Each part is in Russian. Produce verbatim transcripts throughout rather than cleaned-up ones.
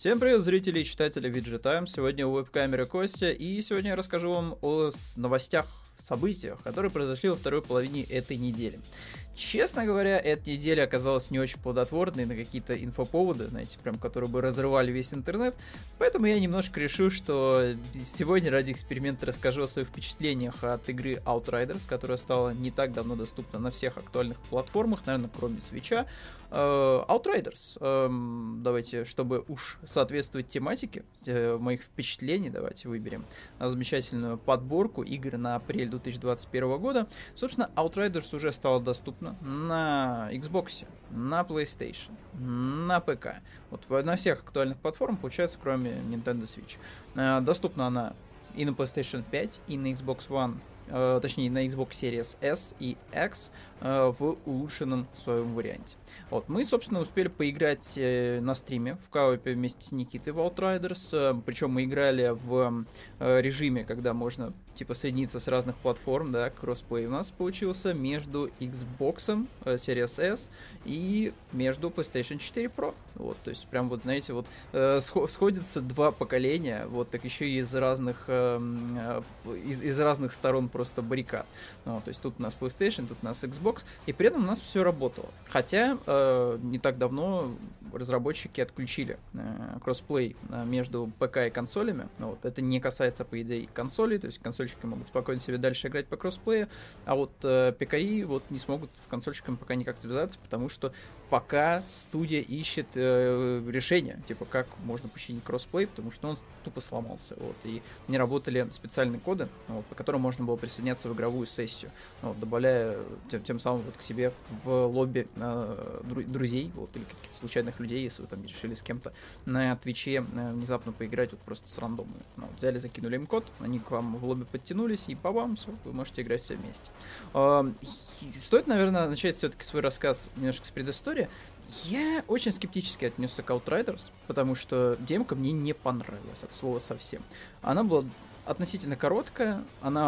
Всем привет, зрители и читатели ви джи Time. Сегодня у веб-камеры Костя, и сегодня я расскажу вам о новостях, событиях, которые произошли во второй половине этой недели. Честно говоря, эта неделя оказалась не очень плодотворной на какие-то инфоповоды, знаете, прям, которые бы разрывали весь интернет, поэтому я немножко решил, что сегодня ради эксперимента расскажу о своих впечатлениях от игры Outriders, которая стала не так давно доступна на всех актуальных платформах, наверное, кроме Switch'а. Outriders, давайте, чтобы уж соответствовать тематике моих впечатлений, давайте выберем замечательную подборку игр на апрель две тысячи двадцать первого года. Собственно, Outriders уже стала доступна на Xbox, на PlayStation, на ПК. Вот на всех актуальных платформах, получается, кроме Nintendo Switch. Доступна она и на PlayStation пять, и на Xbox One, э, точнее, на Xbox Series S и X э, в улучшенном своем варианте. Вот, мы, собственно, успели поиграть э, на стриме в коопе вместе с Никитой в Outriders, э, причем мы играли в э, режиме, когда можно, типа, соединиться с разных платформ, да, кроссплей у нас получился между Xbox э, Series S и между PlayStation четыре Pro. Вот, то есть, прям вот, знаете, вот э, сходятся два поколения, вот, так еще и из разных, э, э, из, из разных сторон просто баррикад. Ну, то есть, тут у нас PlayStation, тут у нас Xbox, и при этом у нас все работало. Хотя, э, не так давно разработчики отключили э, кроссплей э, между ПК и консолями. Ну, вот, это не касается, по идее, консолей, то есть, консольщики могут спокойно себе дальше играть по кроссплею, а вот э, ПКИ вот не смогут с консольщиками пока никак связаться, потому что пока студия ищет э, решение, типа, как можно починить кроссплей, потому что он тупо сломался, вот, и не работали специальные коды, вот, по которым можно было присоединяться в игровую сессию, вот, добавляя тем, тем самым вот к себе в лобби э, дру- друзей, вот, или каких-то случайных людей, если вы там решили с кем-то на Твиче э, внезапно поиграть вот просто с рандомами. Ну, вот, взяли, закинули им код, они к вам в лобби подтянулись, и по вам все, вы можете играть все вместе. Э, стоит, наверное, начать все-таки свой рассказ немножко с предыстории. Я очень скептически отнесся к Outriders, потому что демка мне не понравилась от слова совсем. Она была относительно короткая,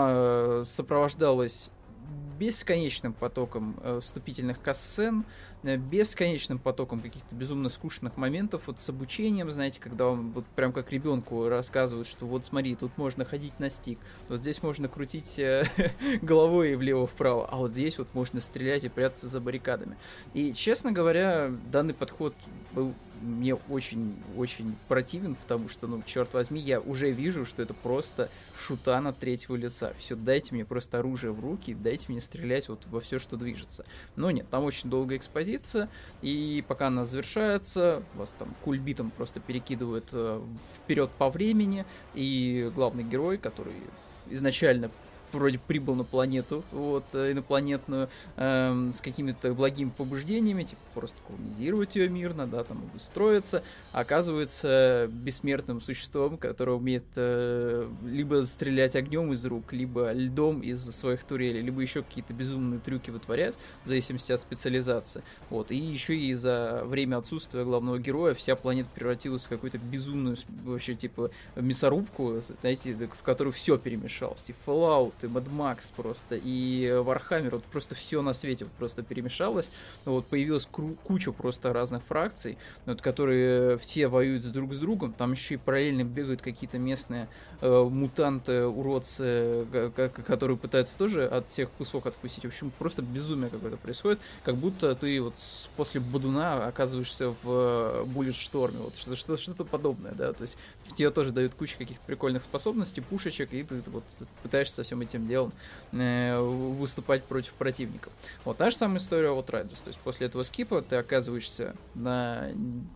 она сопровождалась бесконечным потоком э, вступительных катсцен, э, бесконечным потоком каких-то безумно скучных моментов, вот с обучением, знаете, когда он вот прям как ребенку рассказывают, что вот смотри, тут можно ходить на стик, вот здесь можно крутить э, головой влево-вправо, а вот здесь вот можно стрелять и прятаться за баррикадами. И, честно говоря, данный подход был мне очень-очень противен, потому что, ну, черт возьми, я уже вижу, что это просто шутан от третьего лица. Все, дайте мне просто оружие в руки, дайте мне стрелять вот во все, что движется. Но нет, там очень долгая экспозиция, и пока она завершается, вас там кульбитом просто перекидывают э, вперед по времени, и главный герой, который изначально вроде прибыл на планету, вот, инопланетную, эм, с какими-то благими побуждениями, типа просто колонизировать ее мирно, да, там, обустроиться, а оказывается бессмертным существом, которое умеет э, либо стрелять огнем из рук, либо льдом из своих турелей, либо еще какие-то безумные трюки вытворять, в зависимости от специализации. Вот, и еще и за время отсутствия главного героя вся планета превратилась в какую-то безумную, вообще, типа, мясорубку, знаете, в которую все перемешалось, и Fallout, и Mad Max просто, и Warhammer, вот просто все на свете вот просто перемешалось, вот, появилась кру- куча просто разных фракций, вот, которые все воюют с друг с другом, там еще и параллельно бегают какие-то местные э, мутанты, уродцы, к- к- которые пытаются тоже от всех кусок откусить, в общем, просто безумие какое-то происходит, как будто ты вот с- после Бадуна оказываешься в Bulletstorm, вот, что- что- что-то подобное, да, то есть тебе тоже дают кучу каких-то прикольных способностей, пушечек, и ты вот пытаешься со всем этим делом э, выступать против противников. Вот та же самая история от Outriders. То есть после этого скипа ты оказываешься на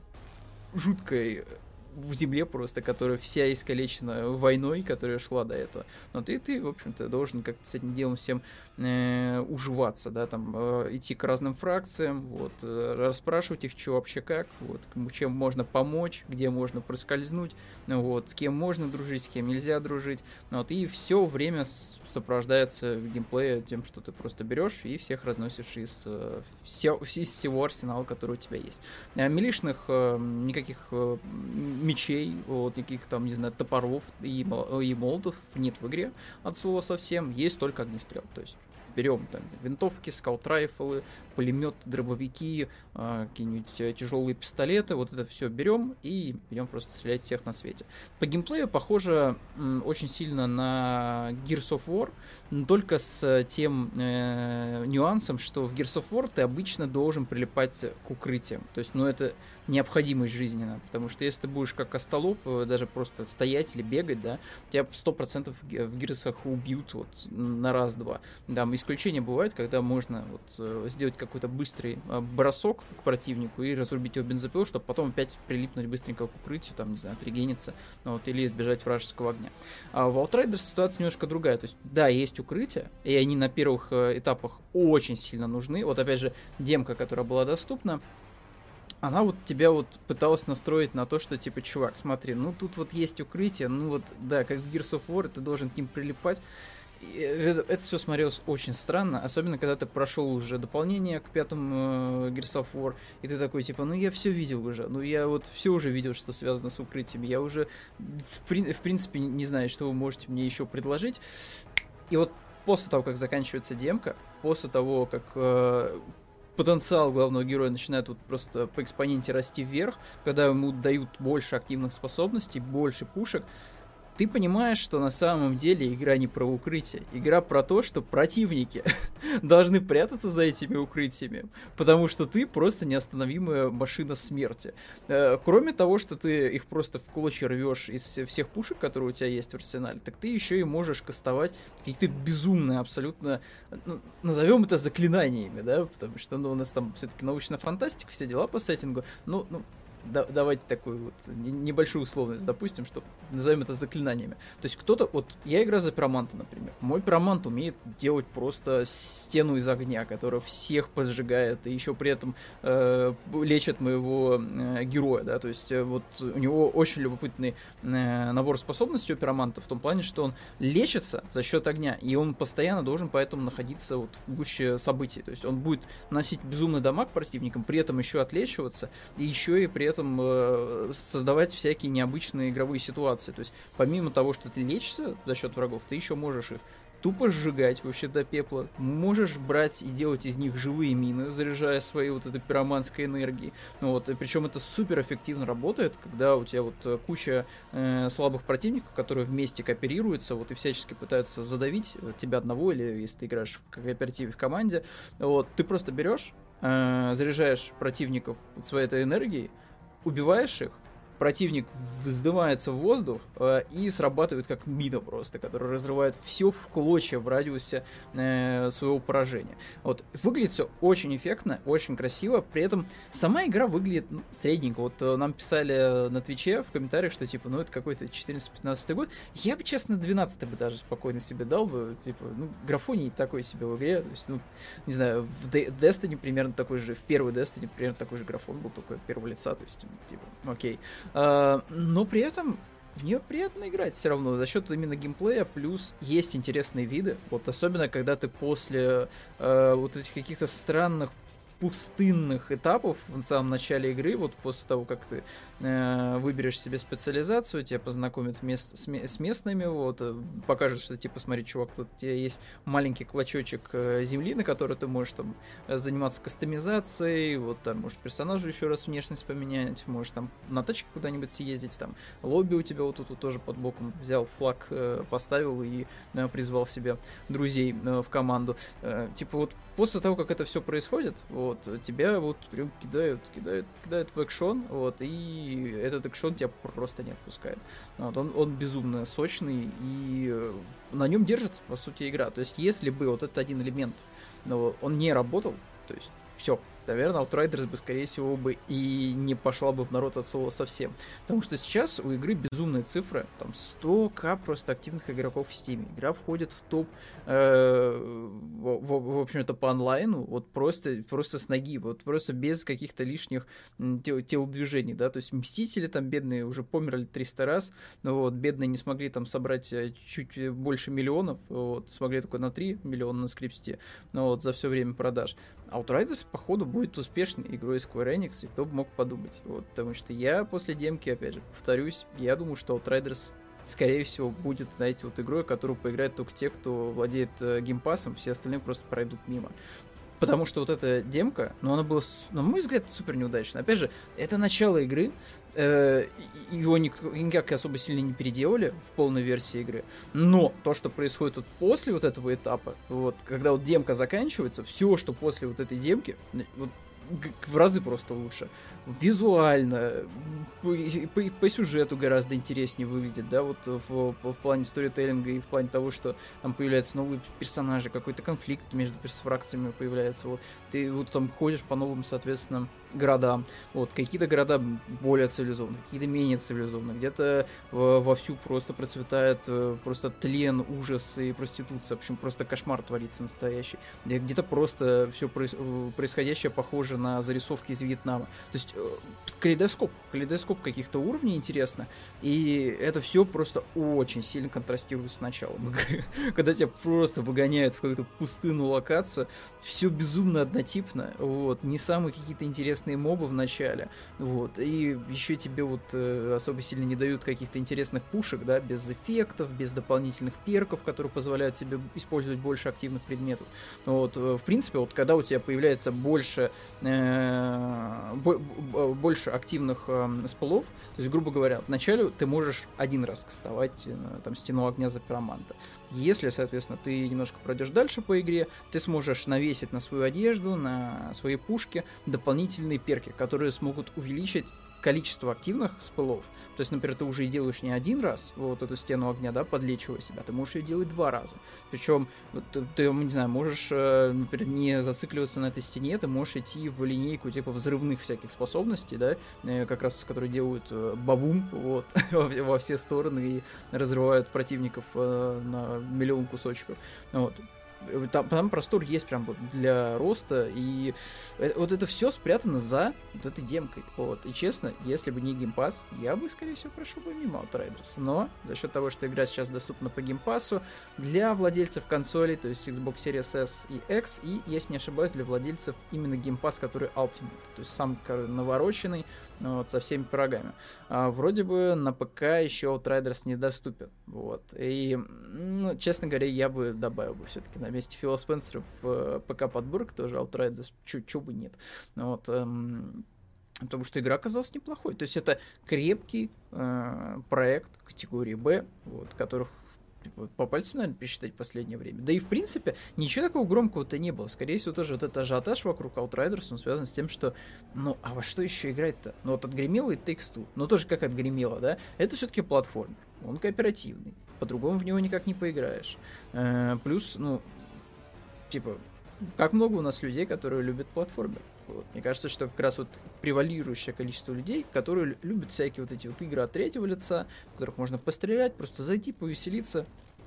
жуткой в земле просто, которая вся искалечена войной, которая шла до этого. Но ты, ты, в общем-то, должен как-то с этим делом всем э, уживаться, да, там, э, идти к разным фракциям, вот, э, расспрашивать их, что вообще как, вот, чем можно помочь, где можно проскользнуть, вот, с кем можно дружить, с кем нельзя дружить, вот, и все время сопровождается геймплея тем, что ты просто берешь и всех разносишь из, э, все, из всего арсенала, который у тебя есть. Э, милишных э, никаких э, мечей, вот, никаких там, не знаю, топоров и, и молотов нет в игре от слова совсем, есть только огнестрел, то есть берем там винтовки, скаут-райфлы, пулемет, дробовики, э, какие-нибудь тяжелые пистолеты, вот это все берем и идем просто стрелять всех на свете. По геймплею похоже м, очень сильно на Gears of War, но только с тем э, нюансом, что в Gears of War ты обычно должен прилипать к укрытиям. То есть, ну, это необходимость жизненная, потому что если ты будешь как остолоп, даже просто стоять или бегать, да, тебя сто процентов в гирсах убьют вот на раз-два. Там исключения бывают, когда можно вот сделать какой-то быстрый бросок к противнику и разрубить его бензопилой, чтобы потом опять прилипнуть быстренько к укрытию, там, не знаю, отрегениться, вот, или избежать вражеского огня. А в Outriders ситуация немножко другая, то есть, да, есть укрытия, и они на первых этапах очень сильно нужны. Вот опять же, демка, которая была доступна, она вот тебя вот пыталась настроить на то, что типа, чувак, смотри, ну тут вот есть укрытие, ну вот, да, как в Gears of War, ты должен к ним прилипать. Это, это все смотрелось очень странно, особенно когда ты прошел уже дополнение к пятому э, Gears of War, и ты такой, типа, ну я все видел уже, ну я вот все уже видел, что связано с укрытиями, я уже в, при, в принципе не знаю, что вы можете мне еще предложить. И вот после того, как заканчивается демка, после того, как э, потенциал главного героя начинает вот просто по экспоненте расти вверх, когда ему дают больше активных способностей, больше пушек, ты понимаешь, что на самом деле игра не про укрытие. Игра про то, что противники должны прятаться за этими укрытиями, потому что ты просто неостановимая машина смерти. Кроме того, что ты их просто в клочья рвешь из всех пушек, которые у тебя есть в арсенале, так ты еще и можешь кастовать какие-то безумные абсолютно, ну, назовем это заклинаниями, да, потому что ну, у нас там все-таки научная фантастика, все дела по сеттингу, ну, ну Да, давайте такую вот небольшую условность допустим, что назовем это заклинаниями. То есть кто-то, вот я играю за пироманта, например. Мой пиромант умеет делать просто стену из огня, которая всех поджигает и еще при этом э, лечит моего э, героя, да, то есть э, вот у него очень любопытный э, набор способностей у пироманта в том плане, что он лечится за счет огня, и он постоянно должен поэтому находиться вот в гуще событий, то есть он будет наносить безумный дамаг противникам, при этом еще отлечиваться, и еще и при этом создавать всякие необычные игровые ситуации. То есть, помимо того, что ты лечишься за счет врагов, ты еще можешь их тупо сжигать вообще до пепла. Можешь брать и делать из них живые мины, заряжая своей вот этой пироманской энергией. Ну, вот, причем это супер эффективно работает, когда у тебя вот куча э, слабых противников, которые вместе кооперируются, вот, и всячески пытаются задавить тебя одного, или если ты играешь в кооперативе в команде, вот, ты просто берешь, э, заряжаешь противников своей этой энергией, убиваешь их, противник вздымается в воздух э, и срабатывает как мина просто, которая разрывает все в клочья в радиусе э, своего поражения. Вот. Выглядит все очень эффектно, очень красиво, при этом сама игра выглядит ну, средненько. Вот э, нам писали на Твиче в комментариях, что типа, ну это какой-то четырнадцатый-пятнадцатый год. Я бы, честно, двенадцатый бы даже спокойно себе дал бы, типа, ну, графоний такой себе в игре, то есть, ну, не знаю, в Destiny примерно такой же, в первой Destiny примерно такой же графон был, только первого лица, то есть, типа, окей. Uh, но при этом в нее приятно играть все равно за счет именно геймплея, плюс есть интересные виды, вот особенно когда ты после uh, вот этих каких-то странных пустынных этапов в самом начале игры, вот после того, как ты э, выберешь себе специализацию, тебя познакомят мест, с, с местными, вот, покажут, что, типа, смотри, чувак, тут у тебя есть маленький клочочек э, земли, на который ты можешь там заниматься кастомизацией, вот, там, можешь персонажу еще раз внешность поменять, можешь там на тачке куда-нибудь съездить, там, лобби у тебя вот тут вот, тоже под боком, взял флаг, э, поставил и э, призвал себе друзей э, в команду. Э, типа, вот, после того, как это все происходит, вот, тебя вот прям кидают, кидают, кидают в экшон, вот, и этот экшон тебя просто не отпускает. Вот, он, он безумно сочный, и на нем держится, по сути, игра. То есть, если бы вот этот один элемент, но он не работал, то есть, все, наверное, Outriders бы, скорее всего, бы и не пошла бы в народ от слова совсем. Потому что сейчас у игры безумные цифры. Там сто тысяч просто активных игроков в Steam. Игра входит в топ, э, в, в, в общем-то, по онлайну, вот просто, просто с ноги, вот просто без каких-то лишних тел, телодвижений, да. То есть Мстители там бедные уже померли триста раз, но вот бедные не смогли там собрать чуть больше миллионов, вот, смогли только на три миллиона на скрипсте, но вот за все время продаж. Outriders, походу, будет успешной игрой Square Enix, и кто бы мог подумать. Вот, потому что я после демки, опять же, повторюсь, я думаю, что Outriders скорее всего, будет, знаете, вот игрой, которую поиграют только те, кто владеет э, геймпасом, все остальные просто пройдут мимо. Потому что вот эта демка, ну, она была, на мой взгляд, супер неудачная. Опять же, это начало игры, э, его никто, никак особо сильно не переделали в полной версии игры. Но то, что происходит вот после вот этого этапа, вот, когда вот демка заканчивается, все, что после вот этой демки, вот, в разы просто лучше. Визуально, по, по, по сюжету гораздо интереснее выглядит, да, вот в, в плане сторителлинга и в плане того, что там появляются новые персонажи, какой-то конфликт между фракциями появляется, вот, ты вот там ходишь по новым, соответственно, городам, вот, какие-то города более цивилизованные, какие-то менее цивилизованные, где-то вовсю просто процветает просто тлен, ужас и проституция, в общем, просто кошмар творится настоящий, где-то просто все происходящее похоже на зарисовки из Вьетнама, то есть калейдоскоп, калейдоскоп каких-то уровней интересно, и это все просто очень сильно контрастирует с началом игры, когда тебя просто выгоняют в какую-то пустынную локацию, все безумно однотипно, вот, не самые какие-то интересные мобы в начале, вот, и еще тебе вот э, особо сильно не дают каких-то интересных пушек, да, без эффектов, без дополнительных перков, которые позволяют тебе использовать больше активных предметов, вот, в принципе, вот, когда у тебя появляется больше э, больше активных э, спылов, то есть, грубо говоря, вначале ты можешь один раз кастовать э, там стену огня за пироманта. Если, соответственно, ты немножко пройдешь дальше по игре, ты сможешь навесить на свою одежду, на свои пушки дополнительные перки, которые смогут увеличить количество активных спылов. То есть, например, ты уже и делаешь не один раз вот эту стену огня, да, подлечивая себя, ты можешь ее делать два раза. Причем ты, ты, не знаю, можешь, например, не зацикливаться на этой стене, ты можешь идти в линейку типа взрывных всяких способностей, да, как раз, которые делают бабум, вот, во все стороны и разрывают противников на миллион кусочков. Вот. Там, там простор есть прям вот для роста, и вот это все спрятано за вот этой демкой. Вот. И честно, если бы не геймпасс, я бы, скорее всего, прошел бы мимо Outriders. Но за счет того, что игра сейчас доступна по геймпассу, для владельцев консолей, то есть Xbox Series S и X, и, если не ошибаюсь, для владельцев именно геймпасс, который Ultimate, то есть сам навороченный, вот, со всеми пирогами. А, вроде бы на ПК еще Outriders недоступен. Вот. И, ну, честно говоря, я бы добавил бы все-таки на месте Фила Спенсера в ПК-подборку тоже Outriders, чё бы нет. Вот, эм, потому что игра оказалась неплохой. То есть это крепкий э, проект категории Б, вот, которых по пальцам, наверное, пересчитать в последнее время. Да и, в принципе, ничего такого громкого-то не было. Скорее всего, тоже вот этот ажиотаж вокруг Outriders, он связан с тем, что, ну, а во что еще играть-то? Ну, вот отгремело и Takes Two. Ну, тоже как отгремело, да? Это все-таки платформер. Он кооперативный. По-другому в него никак не поиграешь. Э, плюс, ну, типа, как много у нас людей, которые любят платформер. Вот. Мне кажется, что как раз вот превалирующее количество людей, которые любят всякие вот эти вот игры от третьего лица, в которых можно пострелять, просто зайти, повеселиться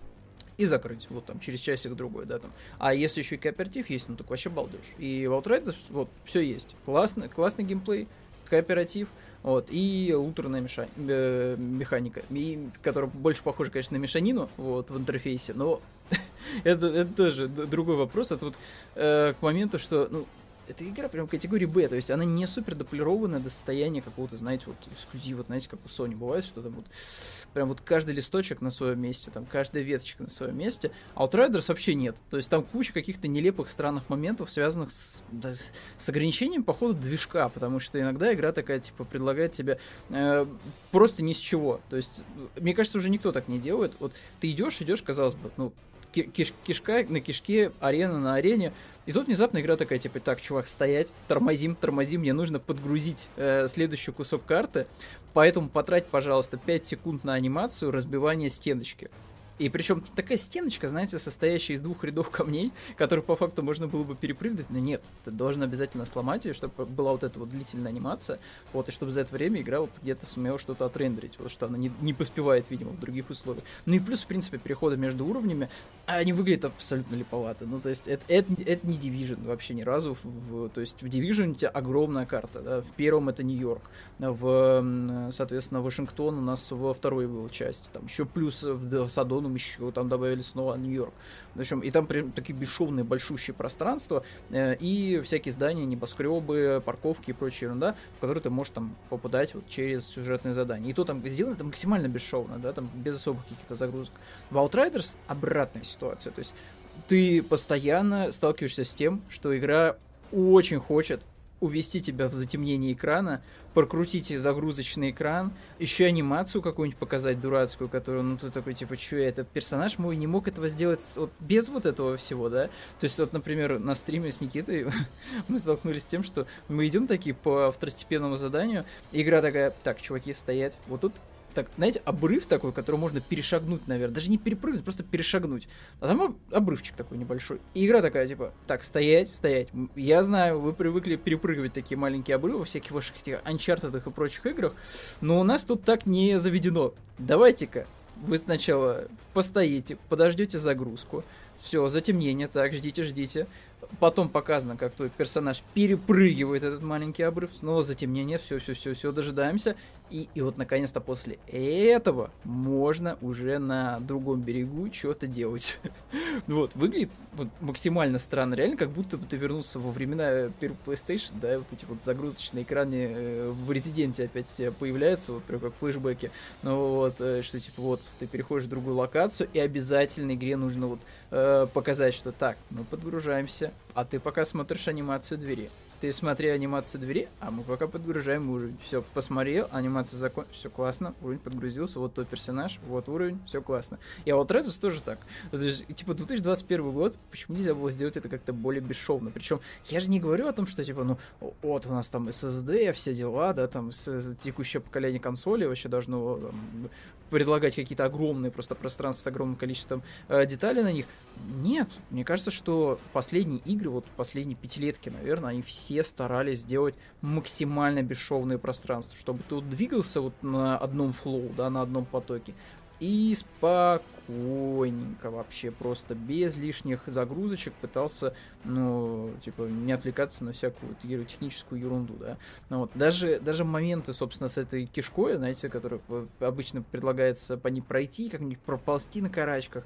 и закрыть, вот там, через часик-другой, да, там. А если еще и кооператив есть, ну так вообще балдеж. И в Outriders, вот, все есть. Классный, классный геймплей, кооператив, вот, и лутерная меша... э, механика, и, которая больше похожа, конечно, на мешанину, вот, в интерфейсе, но это, это тоже другой вопрос. Это вот э, к моменту, что, ну, эта игра прям категории Б, то есть она не супер дополированная до состояния какого-то, знаете, вот эксклюзива, знаете, как у Sony бывает, что там вот прям вот каждый листочек на своем месте, там каждая веточка на своем месте, а Outriders вообще нет, то есть там куча каких-то нелепых странных моментов, связанных с, да, с ограничением по ходу движка, потому что иногда игра такая, типа, предлагает тебе э, просто ни с чего, то есть, мне кажется, уже никто так не делает, вот ты идешь, идешь, казалось бы, ну, Киш, кишка на кишке, арена на арене. И тут внезапно игра такая, типа, так, чувак, стоять, тормозим, тормозим, мне нужно подгрузить э, следующий кусок карты, поэтому потрать, пожалуйста, пять секунд на анимацию разбивания стеночки. И причем такая стеночка, знаете, состоящая из двух рядов камней, которые по факту можно было бы перепрыгнуть, но нет, ты должен обязательно сломать ее, чтобы была вот эта вот длительная анимация, вот, и чтобы за это время игра вот где-то сумела что-то отрендерить, вот, что она не, не поспевает, видимо, в других условиях. Ну и плюс, в принципе, переходы между уровнями, они выглядят абсолютно липовато. Ну, то есть, это, это, это не Division вообще ни разу. В, в, то есть, в Division у тебя огромная карта, да. В первом это Нью-Йорк. В, соответственно, Вашингтон у нас во второй был части. Там еще плюс в, в Садоном еще там добавили снова Нью-Йорк. В общем, и там прям такие бесшовные, большущие пространства, э, и всякие здания, небоскребы, парковки и прочая ерунда, в которые ты можешь там попадать вот через сюжетные задания. И то там сделано это максимально бесшовно, да, там без особых каких-то загрузок. В Outriders обратная ситуация. То есть ты постоянно сталкиваешься с тем, что игра очень хочет увести тебя в затемнение экрана, прокрутить загрузочный экран, еще анимацию какую-нибудь показать дурацкую, которую, ну, ты такой, типа, что я, этот персонаж мой не мог этого сделать вот без вот этого всего, да? То есть, вот, например, на стриме с Никитой мы столкнулись с тем, что мы идем такие по второстепенному заданию, и игра такая, так, чуваки, стоять, вот тут так, знаете, обрыв такой, который можно перешагнуть, наверное. Даже не перепрыгнуть, просто перешагнуть. А там обрывчик такой небольшой. И игра такая, типа, так, стоять, стоять. Я знаю, вы привыкли перепрыгивать такие маленькие обрывы во всяких ваших этих Uncharted и прочих играх, но у нас тут так не заведено. Давайте-ка вы сначала постоите, подождете загрузку. Все, затемнение, так, ждите, ждите. Потом показано, как твой персонаж перепрыгивает этот маленький обрыв. Снова затемнение, все, все, все, все, дожидаемся. И, и вот наконец-то после этого можно уже на другом берегу что-то делать. Вот, выглядит вот максимально странно. Реально, как будто бы ты вернулся во времена первого PlayStation, да, вот эти вот загрузочные экраны э, в Резиденте опять у тебя появляются, вот прям как флешбеки. Ну вот, э, что типа вот, ты переходишь в другую локацию, и обязательно игре нужно вот э, показать, что так, мы подгружаемся, а ты пока смотришь анимацию двери. Ты смотри анимацию двери, а мы пока подгружаем уровень. Все, посмотрел, анимация закончилась, все классно, уровень подгрузился, вот тот персонаж, вот уровень, все классно. И вот Outriders тоже так. То есть, типа, две тысячи двадцать первый год, почему нельзя было сделать это как-то более бесшовно? Причем, я же не говорю о том, что, типа, ну, вот у нас там эс эс ди, все дела, да, там, с, текущее поколение консолей вообще должно там предлагать какие-то огромные просто пространства с огромным количеством э, деталей на них. Нет, мне кажется, что последние игры, вот последние пятилетки, наверное, они все старались сделать максимально бесшовные пространства, чтобы ты вот двигался вот на одном флоу, да, на одном потоке, и спокойненько вообще, просто без лишних загрузочек пытался, ну, типа, не отвлекаться на всякую вот техническую ерунду, да. Ну, вот. Даже, даже моменты, собственно, с этой кишкой, знаете, которые обычно предлагается по ней пройти, как-нибудь проползти на карачках,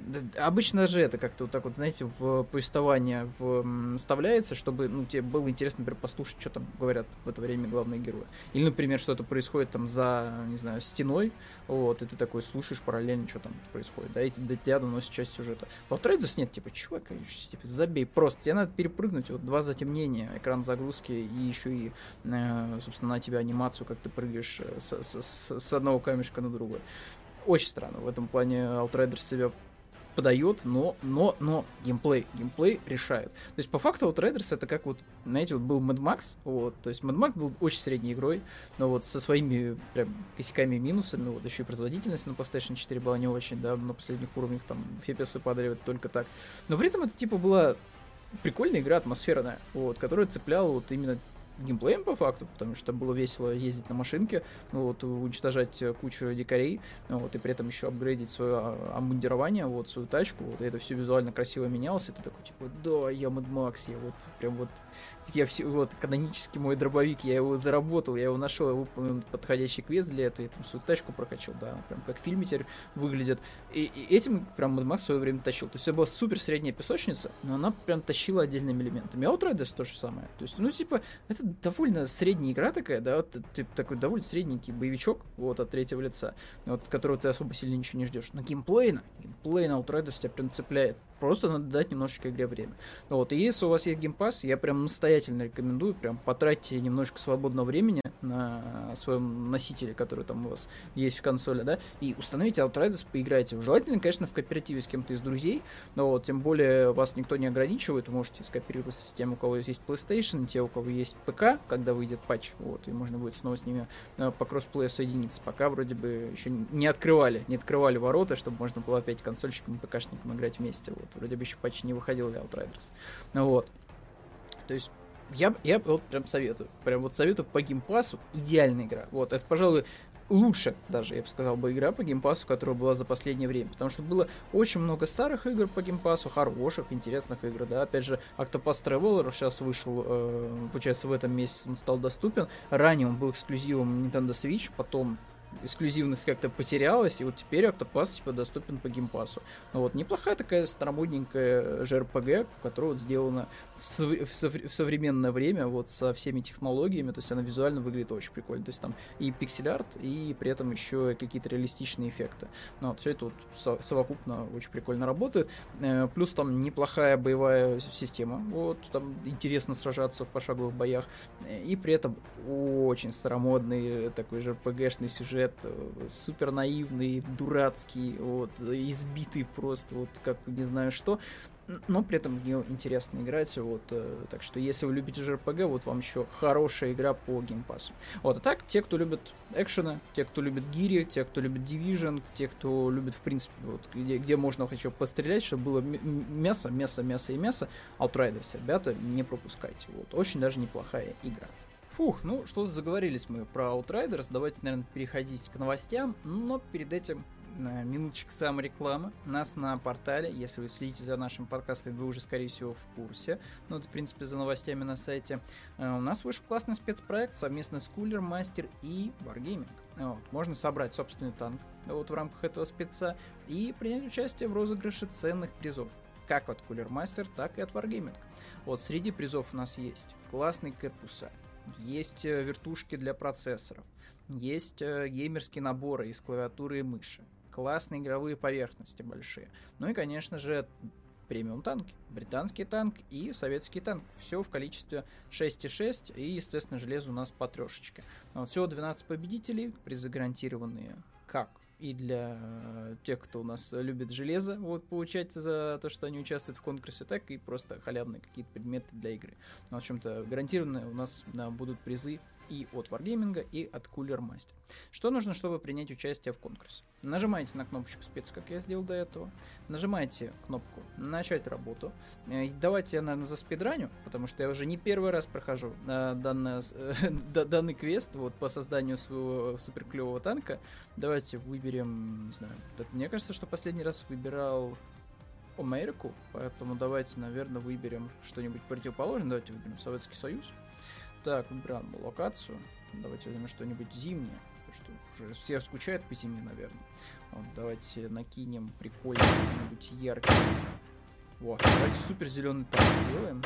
обычно же это как-то вот так вот, знаете, в повествование в, вставляется, чтобы, ну, тебе было интересно, например, послушать, что там говорят в это время главные герои. Или, например, что-то происходит там за, не знаю, стеной, вот, и ты такой слушаешь параллельно, что там происходит, да, и до тебя доносит часть сюжета. В Outriders нет, типа, чувак, типа, забей, просто тебе надо перепрыгнуть, вот, два затемнения, экран загрузки, и еще и, э, собственно, на тебя анимацию, как ты прыгаешь с, с, с, с одного камешка на другой. Очень странно, в этом плане Outriders себя подает, но, но, но геймплей, геймплей решает. То есть, по факту, Outriders это как вот, знаете, вот был Mad Max, вот, то есть Mad Max был очень средней игрой, но вот со своими прям косяками и минусами, вот, еще и производительность на PlayStation четыре была не очень, да, на последних уровнях там эф пи эс падали вот только так. Но при этом это, типа, была прикольная игра, атмосферная, вот, которая цепляла вот именно геймплеем по факту, потому что было весело ездить на машинке, вот, уничтожать кучу дикарей, вот, и при этом еще апгрейдить свое обмундирование, вот, свою тачку, вот, и это все визуально красиво менялось, и ты такой, типа, да, я Mad Max, я вот, прям вот, я все, вот, канонически мой дробовик, я его заработал, я его нашел, я выполнил подходящий квест для этого, я там свою тачку прокачал, да, прям как в фильме теперь выглядит, и, и этим прям Mad Max в свое время тащил, то есть это была супер средняя песочница, но она прям тащила отдельными элементами. Outriders то же самое, то есть, ну, типа, это довольно средняя игра такая, да, вот, типа, такой довольно средненький боевичок, вот, от третьего лица, вот, которого ты особо сильно ничего не ждешь, но геймплейно, геймплейно Outriders тебя прям цепляет. Просто надо дать немножечко игре время. Вот, и если у вас есть геймпасс, я прям настоятельно рекомендую, прям потратьте немножко свободного времени на своем носителе, который там у вас есть в консоли, да, и установите Outriders, поиграйте. Желательно, конечно, в кооперативе с кем-то из друзей, но вот, тем более вас никто не ограничивает, вы можете скооперироваться с тем, у кого есть PlayStation, те, у кого есть ПК, когда выйдет патч, вот, и можно будет снова с ними по кроссплею соединиться. Пока вроде бы еще не открывали, не открывали ворота, чтобы можно было опять консольщикам и ПКшникам играть вместе, вот. Вроде бы еще патч не выходил для Outriders. Ну вот. То есть, я, я вот прям советую. Прям вот советую по геймпассу. Идеальная игра. Вот, это, пожалуй, лучше даже, я бы сказал, бы игра по геймпасу, которая была за последнее время, потому что было очень много старых игр по геймпасу, хороших, интересных игр, да, опять же, Octopath Traveler сейчас вышел, э, получается, в этом месяце он стал доступен, ранее он был эксклюзивом Nintendo Switch, потом эксклюзивность как-то потерялась, и вот теперь Octopath типа доступен по геймпасу. Ну вот, неплохая такая старомодненькая жэ эр пэ гэ, которая вот сделана в, сов- в, сов- в современное время, вот со всеми технологиями, то есть она визуально выглядит очень прикольно, то есть там и пиксель-арт, и при этом еще какие-то реалистичные эффекты. Ну вот, все это вот со- совокупно очень прикольно работает, э, плюс там неплохая боевая система, вот, там интересно сражаться в пошаговых боях, и при этом очень старомодный такой жэ эр пэ гэшный сюжет, супер наивный, дурацкий, вот, избитый просто, вот, как не знаю что, но при этом в нее интересно играть, вот, так что если вы любите жэ эр пэ гэ, вот вам еще хорошая игра по геймпасу. Вот, а так, те, кто любит экшены, те, кто любит гири, те, кто любит Division, те, кто любит, в принципе, вот, где, где можно хотя бы пострелять, чтобы было мясо, мясо, мясо и мясо, Outriders, ребята, не пропускайте, вот, очень даже неплохая игра. Фух, ну что-то заговорились мы про Outriders, давайте, наверное, переходить к новостям, но перед этим э, минуточка саморекламы. Нас на портале, если вы следите за нашим подкастом, вы уже, скорее всего, в курсе, ну, это, в принципе, за новостями на сайте, э, у нас вышел классный спецпроект совместно с Cooler Master и Wargaming. Вот, можно собрать собственный танк вот в рамках этого спеца и принять участие в розыгрыше ценных призов, как от Cooler Master, так и от Wargaming. Вот, среди призов у нас есть классные корпуса, есть вертушки для процессоров, есть геймерские наборы из клавиатуры и мыши, классные игровые поверхности большие, ну и, конечно же, премиум танки, британский танк и советский танк. Все в количестве шесть и шесть, и, естественно, железо у нас по трешечке. Вот, всего двенадцать победителей, призы гарантированные как и для тех, кто у нас любит железо, вот, получать за то, что они участвуют в конкурсе, так и просто халявные какие-то предметы для игры. Но, в общем-то, гарантированно у нас да, будут призы и от Wargaming, и от Cooler Master. Что нужно, чтобы принять участие в конкурсе? Нажимаете на кнопочку спец, как я сделал до этого. Нажимаете кнопку «Начать работу». Давайте я, наверное, заспидраню, потому что я уже не первый раз прохожу э, данный, э, данный квест вот, по созданию своего суперклевого танка. Давайте выберем, не знаю, мне кажется, что последний раз выбирал Америку, поэтому давайте, наверное, выберем что-нибудь противоположное. Давайте выберем Советский Союз. Так, выбираем локацию. Давайте возьмем что-нибудь зимнее, потому что уже все скучают по зиме, наверное. Вот, давайте накинем прикольный какой-нибудь яркий. Вот, давайте супер зеленый танк делаем.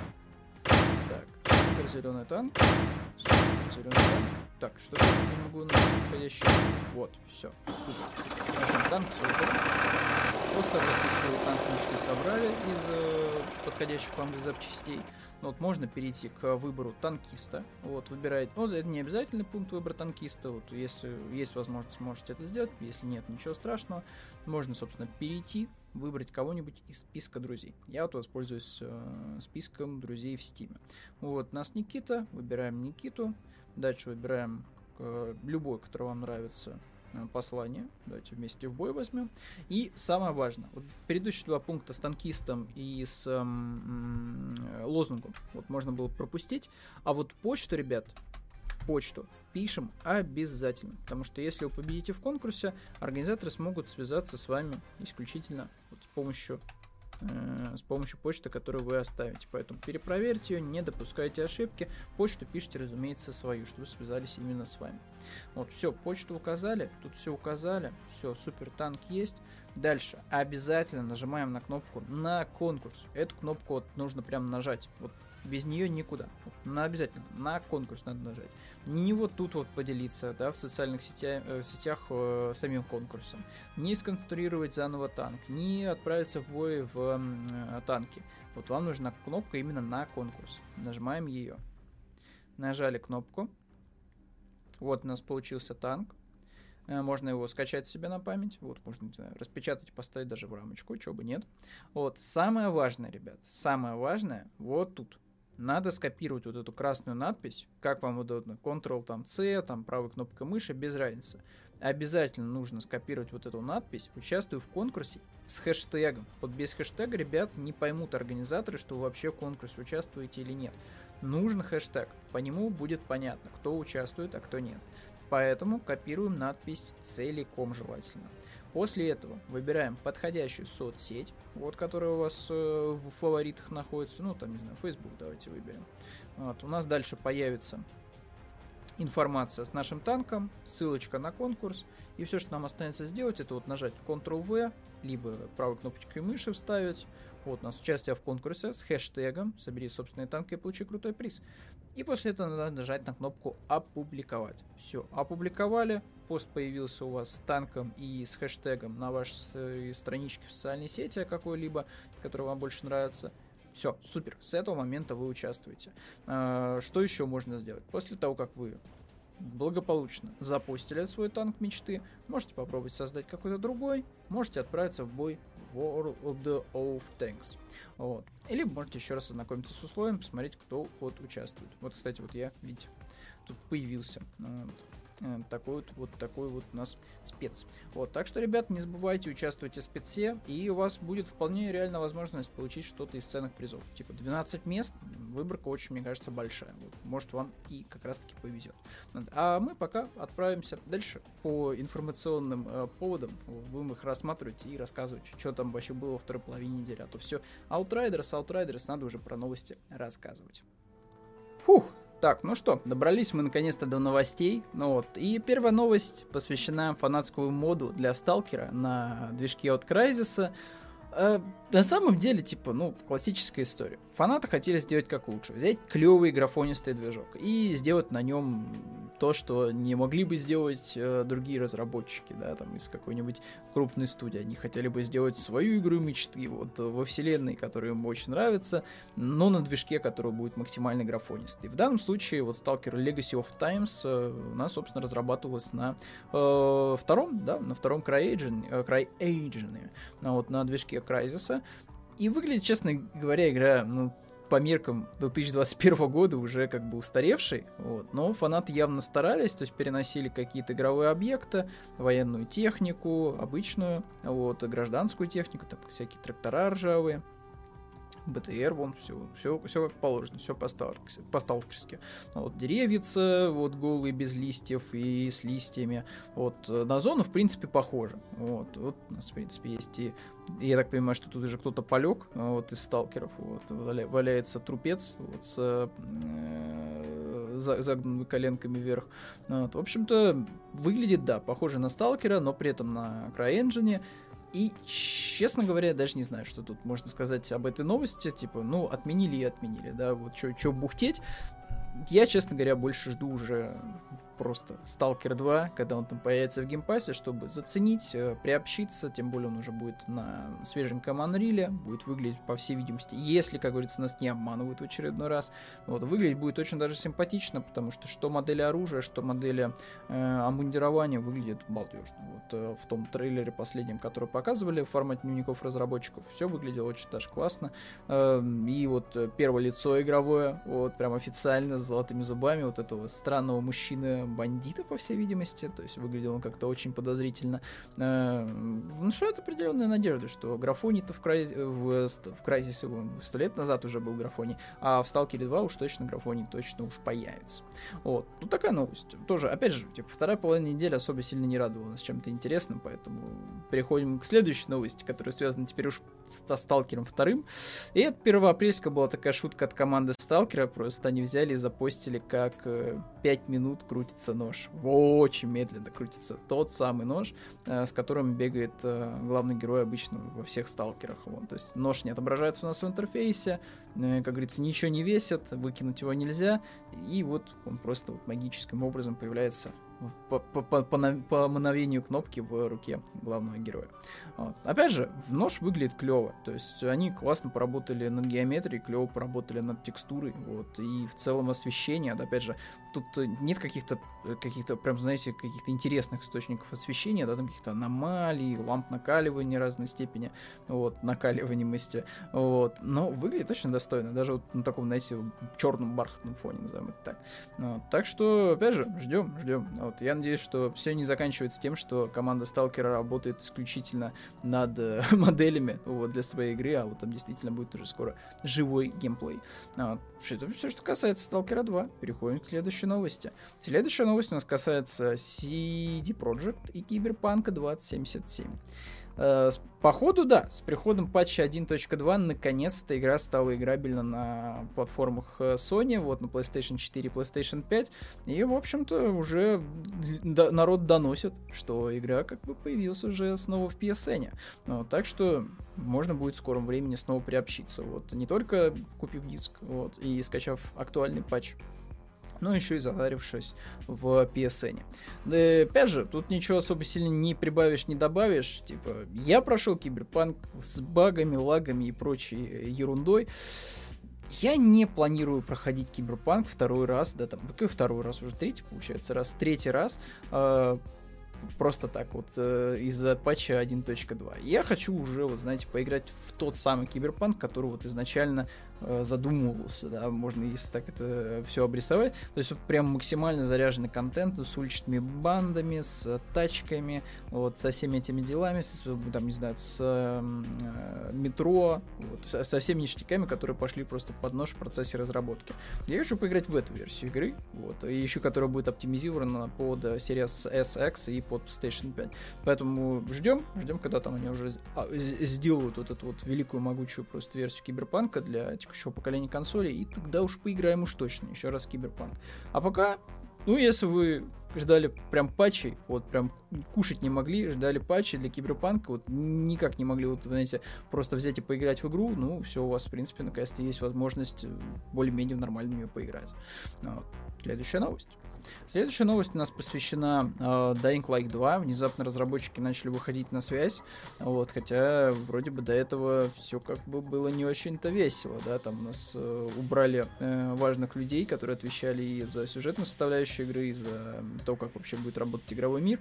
Так, супер зеленый танк. Супер зеленый танк. Так, что-то я не могу найти подходящий. Вот, все, супер. Наш танк супер. Просто вот свой танк мечты собрали из э, подходящих вам запчастей. Ну, вот можно перейти к выбору танкиста. Вот, выбираете. Ну, это не обязательный пункт выбора танкиста. Вот, если есть возможность, можете это сделать. Если нет, ничего страшного. Можно, собственно, перейти, выбрать кого-нибудь из списка друзей. Я вот воспользуюсь э, списком друзей в Steam. Вот, у нас Никита. Выбираем Никиту. Дальше выбираем э, любой, который вам нравится, послание. Давайте вместе в бой возьмем. И самое важное, вот предыдущие два пункта с танкистом и с эм, лозунгом вот можно было пропустить, а вот почту, ребят, почту пишем обязательно, потому что если вы победите в конкурсе, организаторы смогут связаться с вами исключительно вот с помощью с помощью почты, которую вы оставите. Поэтому перепроверьте ее, не допускайте ошибки. Почту пишите, разумеется, свою, чтобы связались именно с вами. Вот, все, почту указали, тут все указали, все, супер, танк есть. Дальше обязательно нажимаем на кнопку на конкурс. Эту кнопку вот нужно прям нажать. Вот без нее никуда. Вот, на обязательно на конкурс надо нажать. Не вот тут вот поделиться, да, в социальных сетях, э, сетях э, самим конкурсом. Не сконструировать заново танк, не отправиться в бой в э, танке. Вот вам нужна кнопка именно на конкурс. Нажимаем ее. Нажали кнопку. Вот у нас получился танк. Э, можно его скачать себе на память. Вот, можно, не знаю, распечатать, поставить даже в рамочку, чего бы нет. Вот, самое важное, ребят, самое важное вот тут. Надо скопировать вот эту красную надпись, как вам удобно, контрол там C, там правой кнопкой мыши, без разницы. Обязательно нужно скопировать вот эту надпись, участвую в конкурсе с хэштегом. Вот без хэштега, ребят, не поймут организаторы, что вы вообще в конкурсе участвуете или нет. Нужен хэштег, по нему будет понятно, кто участвует, а кто нет. Поэтому копируем надпись целиком желательно. После этого выбираем подходящую соцсеть, вот, которая у вас э, в фаворитах находится. Ну, там, не знаю, Facebook давайте выберем. Вот, у нас дальше появится информация с нашим танком, ссылочка на конкурс. И все, что нам останется сделать, это вот нажать контрол вэ, либо правой кнопочкой мыши вставить. Вот у нас участие в конкурсе с хэштегом «Собери собственный танк и получи крутой приз». И после этого надо нажать на кнопку «Опубликовать». Все, опубликовали, пост появился у вас с танком и с хэштегом на вашей страничке в социальной сети какой-либо, который вам больше нравится. Все, супер, с этого момента вы участвуете. А, что еще можно сделать? После того, как вы благополучно запустили свой танк мечты, можете попробовать создать какой-то другой, можете отправиться в бой в World of Tanks. Вот. Или можете еще раз ознакомиться с условием, посмотреть, кто вот участвует. Вот, кстати, вот я, видите, тут появился. Вот. Такой вот, вот такой вот у нас спец. Вот, так что, ребят, не забывайте, участвуйте в спеце, и у вас будет вполне реальная возможность получить что-то из ценных призов. Типа двенадцать мест, выборка очень, мне кажется, большая. Вот, может, вам и как раз-таки повезет. А мы пока отправимся дальше по информационным э, поводам. Вот, будем их рассматривать и рассказывать, что там вообще было во второй половине недели. А то все Outriders, Outriders, надо уже про новости рассказывать. Фух! Так, ну что, добрались мы наконец-то до новостей. Ну вот, и первая новость посвящена фанатскому моду для Сталкера на движке от Crysis. Э, на самом деле, типа, ну, классическая история. Фанаты хотели сделать как лучше. Взять клевый графонистый движок и сделать на нем то, что не могли бы сделать э, другие разработчики, да, там, из какой-нибудь крупной студии. Они хотели бы сделать свою игру мечты, вот, во вселенной, которая им очень нравится, но на движке, который будет максимально графонистый. В данном случае, вот, Stalker Legacy of Times э, у нас, собственно, разрабатывалась на э, втором, да, на втором CryEngine, э, CryEngine, на, вот, на движке Crysis. И выглядит, честно говоря, игра, ну, по меркам две тысячи двадцать первого года уже как бы устаревший, вот, но фанаты явно старались, то есть переносили какие-то игровые объекты, военную технику, обычную, вот, гражданскую технику, там всякие трактора ржавые, БТР, вон, все, все, все как положено, все по-сталкерски. Вот, деревица, вот, голые, без листьев и с листьями. Вот, на зону, в принципе, похоже. Вот, вот у нас, в принципе, есть и... Я так понимаю, что тут уже кто-то полег, вот, из сталкеров. Вот, валяется трупец, вот, с э, загнанными коленками вверх. Вот, в общем-то, выглядит, да, похоже на сталкера, но при этом на CryEngine. И, честно говоря, я даже не знаю, что тут можно сказать об этой новости. Типа, ну, отменили и отменили, да, вот что бухтеть. Я, честно говоря, больше жду уже просто Stalker два, когда он там появится в геймпассе, чтобы заценить, приобщиться, тем более он уже будет на свеженьком Unreal, будет выглядеть, по всей видимости, если, как говорится, нас не обманывают в очередной раз, вот, выглядеть будет очень даже симпатично, потому что что модели оружия, что модели э, обмундирования выглядят балдежно. Вот э, в том трейлере последнем, который показывали в формате дневников разработчиков, все выглядело очень даже классно. Э, и вот первое лицо игровое, вот прям официально с золотыми зубами вот этого странного мужчины бандита, по всей видимости, то есть выглядел он как-то очень подозрительно. Э, внушает определенные надежды, что графоний-то в Crysis, в, в Crysis сто лет назад уже был графоний, а в Stalker два уж точно графоний точно уж появится. Вот. Ну, такая новость. Тоже, опять же, типа, вторая половина недели особо сильно не радовала нас чем-то интересным, поэтому переходим к следующей новости, которая связана теперь уж со Сталкером вторым. И это первоапрельская была такая шутка от команды Сталкера, просто они взяли и запостили, как пять минут крутится нож. Очень медленно крутится тот самый нож, э, с которым бегает э, главный герой обычно во всех сталкерах. Вот. То есть нож не отображается у нас в интерфейсе, э, как говорится, ничего не весит, выкинуть его нельзя, и вот он просто вот магическим образом появляется по, по, по, по, по мановению кнопки в руке главного героя. Вот. Опять же, нож выглядит клево, то есть они классно поработали над геометрией, клево поработали над текстурой, вот, и в целом освещение, да, опять же, тут нет каких-то, каких-то прям, знаете, каких-то интересных источников освещения, да, там каких-то аномалий, ламп накаливания разной степени, вот, накаливаемости, вот, но выглядит очень достойно, даже вот на таком, знаете, черном бархатном фоне, назовем это так. Вот. Так что, опять же, ждем, ждем. Вот. Я надеюсь, что все не заканчивается тем, что команда Сталкера работает исключительно над э, моделями, вот, для своей игры, а вот там действительно будет уже скоро живой геймплей. Вот. Это все, что касается Сталкера два. Переходим к следующей новости. Следующая новость у нас касается си ди Projekt и Киберпанка двадцать семьдесят семь. Походу, да, с приходом патча один точка два наконец-то игра стала играбельна на платформах Sony, вот на PlayStation четыре и PlayStation пять, и, в общем-то, уже народ доносит, что игра как бы появилась уже снова в пи эс эн. Ну, так что можно будет в скором времени снова приобщиться, вот, не только купив диск, вот, и скачав актуальный патч, но еще и затарившись в пи эс эн. Да, опять же, тут ничего особо сильно не прибавишь, не добавишь. Типа, я прошел Киберпанк с багами, лагами и прочей ерундой. Я не планирую проходить Киберпанк второй раз, да, там, какой второй раз, уже третий, получается, раз, третий раз, э, просто так вот, э, из-за патча один точка два. Я хочу уже, вот, знаете, поиграть в тот самый Киберпанк, который вот изначально задумывался, да, можно, если так это все обрисовать. То есть вот прям максимально заряженный контент с уличными бандами, с тачками, вот, со всеми этими делами, с, там, не знаю, с э, метро, вот, со, со всеми ништяками, которые пошли просто под нож в процессе разработки. Я хочу поиграть в эту версию игры, вот, и еще которая будет оптимизирована под Series S, X и под PlayStation пять. Поэтому ждем, ждем, когда там они уже сделают вот эту вот великую могучую просто версию Киберпанка для текущего поколения консолей, и тогда уж поиграем уж точно еще раз Киберпанк. А пока, ну, если вы ждали прям патчей, вот прям кушать не могли, ждали патчи для Киберпанка, вот никак не могли, вот, знаете, просто взять и поиграть в игру, ну, все, у вас, в принципе, наконец-то есть возможность более-менее нормально в нее поиграть. Вот. Следующая новость. Следующая новость у нас посвящена э, Dying Light два. Внезапно разработчики начали выходить на связь, вот, хотя вроде бы до этого все как бы было не очень-то весело, да, там у нас э, убрали э, важных людей, которые отвечали и за сюжетную составляющую игры, и за то, как вообще будет работать игровой мир.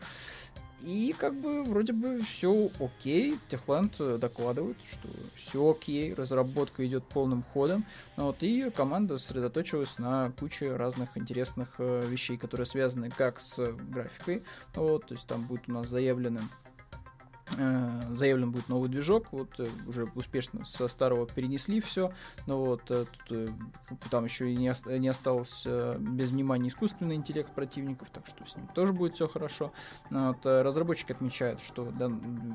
И как бы вроде бы все окей, Техланд докладывает, что все окей, разработка идет полным ходом, вот, и команда сосредоточилась на куче разных интересных э, вещей, которые связаны как с графикой, вот, то есть там будет у нас заявлены заявлен будет новый движок, вот уже успешно со старого перенесли все, но вот тут, там еще и не, ост- не осталось без внимания искусственный интеллект противников, так что с ним тоже будет все хорошо. Вот, разработчики отмечают, что да,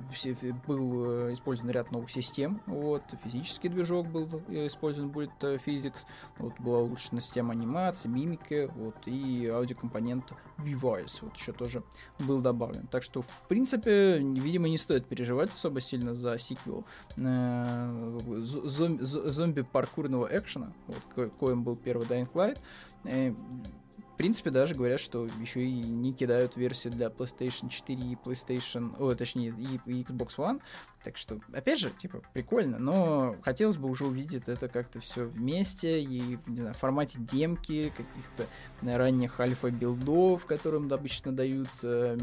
был использован ряд новых систем, вот, физический движок был использован будет Physics, вот, была улучшена система анимации, мимики, вот, и аудиокомпонент V-Voice, вот еще тоже был добавлен. Так что, в принципе, видимо, не стоит переживать особо сильно за сиквел э, зом- зомби-паркурного экшена, вот, ко- коим был первый Dying Light. Э, в принципе, даже говорят, что еще и не кидают версии для PlayStation четыре и PlayStation, о, точнее, и, и Xbox One. Так что, опять же, типа, прикольно, но хотелось бы уже увидеть это как-то все вместе и, не знаю, в формате демки, каких-то ранних альфа-билдов, которым обычно дают э,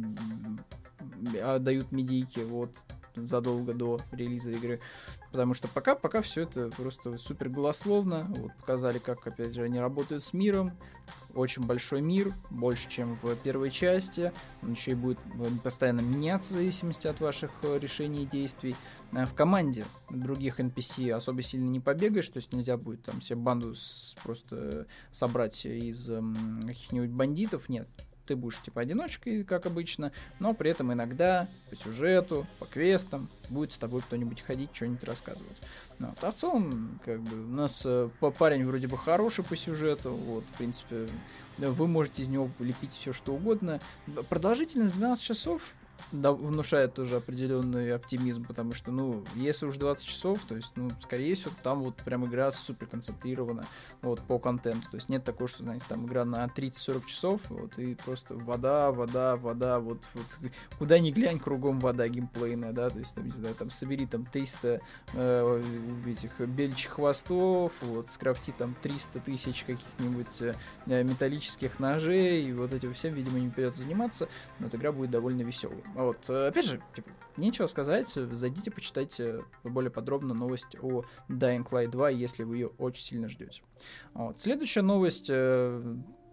дают медийки, вот, задолго до релиза игры, потому что пока, пока все это просто супер голословно, вот, показали, как, опять же, они работают с миром, очень большой мир, больше, чем в первой части, он еще и будет постоянно меняться в зависимости от ваших решений и действий. В команде других эн пи си особо сильно не побегаешь, то есть нельзя будет там себе банду с, просто собрать из м, каких-нибудь бандитов, нет. Ты будешь типа одиночкой, как обычно, но при этом иногда по сюжету, по квестам будет с тобой кто-нибудь ходить, что-нибудь рассказывать. Ну, вот. А в целом, как бы, у нас э, парень вроде бы хороший по сюжету, вот, в принципе, вы можете из него лепить все что угодно. Продолжительность двенадцать часов да, внушает тоже определенный оптимизм, потому что, ну, если уж двадцать часов, то есть, ну, скорее всего, там вот прям игра супер концентрирована, вот, по контенту, то есть нет такого, что, знаете, там игра на тридцать-сорок часов, вот, и просто вода, вода, вода, вот, вот, куда ни глянь, кругом вода геймплейная, да, то есть, там, не знаю, там, собери там триста э, этих бельчих хвостов, вот, скрафти там триста тысяч каких-нибудь э, металлических ножей, и вот этим всем, видимо, не придется заниматься, но эта игра будет довольно веселой. Вот, опять же, типа, нечего сказать, зайдите, почитайте более подробно новость о Dying Light два, если вы ее очень сильно ждете. Вот. Следующая новость,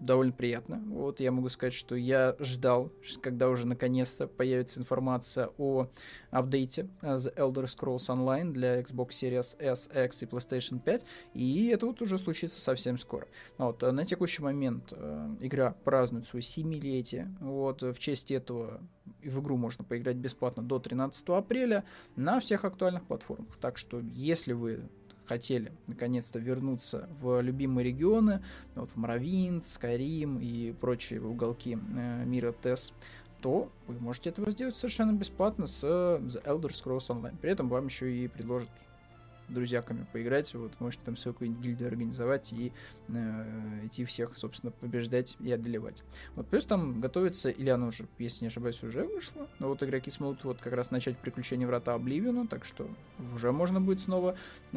довольно приятно. Вот я могу сказать, что я ждал, когда уже наконец-то появится информация о апдейте The Elder Scrolls Online для Xbox Series S, X и PlayStation пять, и это вот уже случится совсем скоро. Вот, на текущий момент э, игра празднует свое семилетие. Вот, в честь этого в игру можно поиграть бесплатно до тринадцатого апреля на всех актуальных платформах. Так что, если вы хотели наконец-то вернуться в любимые регионы, вот в Моровинд, Скайрим и прочие уголки э, мира ТЭС, то вы можете этого сделать совершенно бесплатно с The Elder Scrolls Online. При этом вам еще и предложат друзьяками поиграть, вот, можете там свою какую-нибудь гильдию организовать и э, идти всех, собственно, побеждать и одолевать. Вот, плюс там готовится, или оно уже, если не ошибаюсь, уже вышло, но вот игроки смогут вот как раз начать приключение Врата Обливиона, так что уже можно будет снова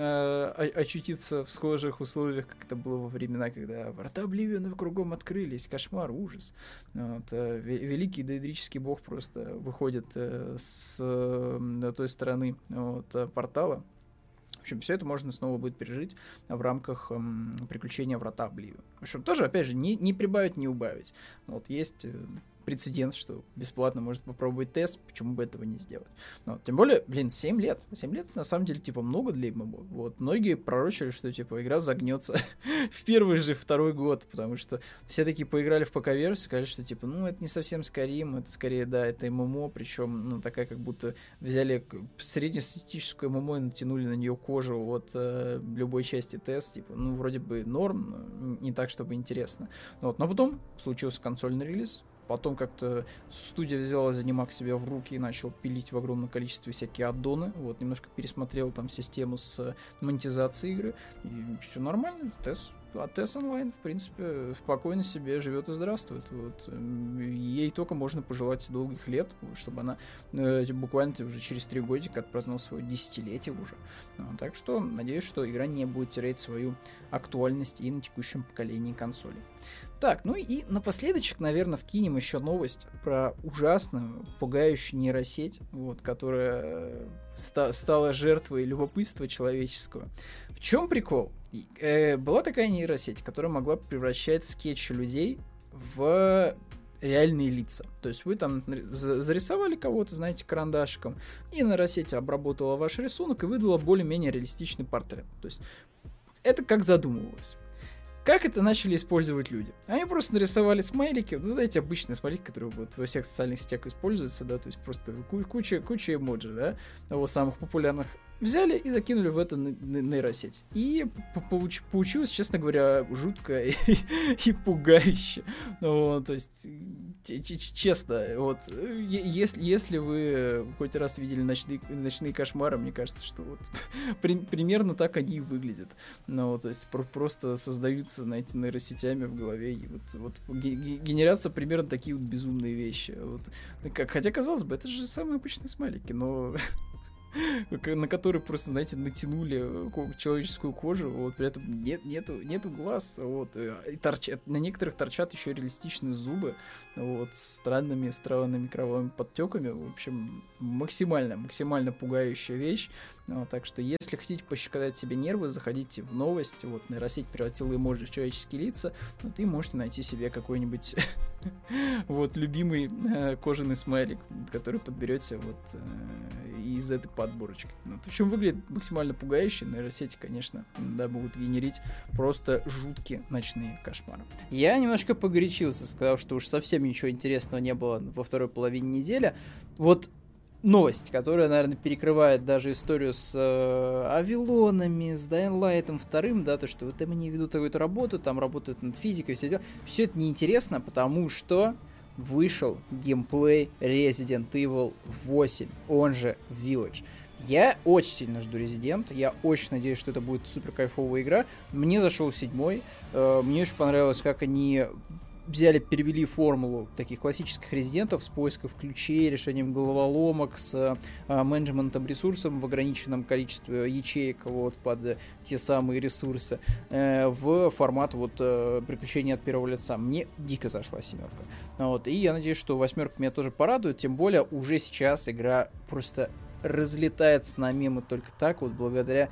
э, очутиться в схожих условиях, как это было во времена, когда Врата Обливиона кругом открылись, кошмар, ужас. Вот, э, великий доэдрический бог просто выходит э, с э, той стороны вот, портала. В общем, все это можно снова будет пережить в рамках эм, приключения Врата Обливиона. В общем, тоже, опять же, не, не прибавить, не убавить. Вот есть э, прецедент, что бесплатно может попробовать тест, почему бы этого не сделать. Но, тем более, блин, семь лет. семь лет, на самом деле, типа, много для ММО. Вот, многие пророчили, что, типа, игра загнется в первый же второй год, потому что все такие поиграли в ПК-версию, сказали, что, типа, ну, это не совсем Skyrim, это скорее, да, это ММО, причем, ну, такая, как будто взяли среднестатистическую ММО и натянули на нее кожу от э, любой части тест, типа, ну, вроде бы норм, но не так, чтобы интересно. Вот, но потом случился консольный релиз. Потом как-то студия взяла ZeniMax себе в руки и начал пилить в огромном количестве всякие аддоны. Вот, немножко пересмотрел там систему с монетизацией игры. И все нормально. Тес, а Тес Онлайн, в принципе, спокойно себе живет и здравствует. Вот. Ей только можно пожелать долгих лет, чтобы она э, буквально уже через три годика отпраздновала свое десятилетие уже. Ну, так что надеюсь, что игра не будет терять свою актуальность и на текущем поколении консолей. Так, ну и напоследочек, наверное, вкинем еще новость про ужасную, пугающую нейросеть, вот, которая ста- стала жертвой любопытства человеческого. В чем прикол? Э, была такая нейросеть, которая могла превращать скетчи людей в реальные лица. То есть вы там зарисовали кого-то, знаете, карандашиком, и нейросеть обработала ваш рисунок и выдала более-менее реалистичный портрет. То есть это как задумывалось. Как это начали использовать люди? Они просто нарисовали смайлики, ну, эти обычные смайлики, которые вот во всех социальных сетях используются, да, то есть просто куча, куча эмоджи, да, вот самых популярных. Взяли и закинули в эту нейросеть. И получ- получилось, честно говоря, жутко и, и пугающе. Вот, то есть, честно, вот, если, если вы хоть раз видели ночные, ночные кошмары, мне кажется, что вот при, примерно так они и выглядят. Ну, то есть, про- просто создаются, знаете, нейросетями в голове, и вот, вот генерятся примерно такие вот безумные вещи. Вот. Хотя, казалось бы, это же самые обычные смайлики, но... на который просто, знаете, натянули человеческую кожу, вот, при этом нет, нету, нету глаз, вот, и торчат, на некоторых торчат еще реалистичные зубы, вот, с странными, странными кровавыми подтеками, в общем, максимально, максимально пугающая вещь, вот, так что, если хотите пощекотать себе нервы, заходите в новости, вот, нейросеть превратила эмоджи в человеческие лица, вот, и можете найти себе какой-нибудь, вот, любимый кожаный смайлик, который подберете, вот, из этой подборочки. Вот, в общем, выглядит максимально пугающе. Нейросети, конечно, да, могут генерить просто жуткие ночные кошмары. Я немножко погорячился, сказав, что уж совсем ничего интересного не было во второй половине недели. Вот новость, которая, наверное, перекрывает даже историю с э, Авилонами, с Dying Light'ом вторым, да, то, что вот там они ведут какую-то работу, там работают над физикой, все дела. Все это неинтересно, потому что вышел геймплей Resident Evil восемь, он же Village. Я очень сильно жду Resident, я очень надеюсь, что это будет супер кайфовая игра. Мне зашел седьмой, э, мне очень понравилось, как они взяли, перевели формулу таких классических резидентов с поиском ключей, решением головоломок, с э, менеджментом ресурсов в ограниченном количестве ячеек вот, под э, те самые ресурсы э, в формат вот, э, приключений от первого лица. Мне дико зашла семерка. Вот, и я надеюсь, что восьмерка меня тоже порадует, тем более уже сейчас игра просто разлетается на мемы только так, вот благодаря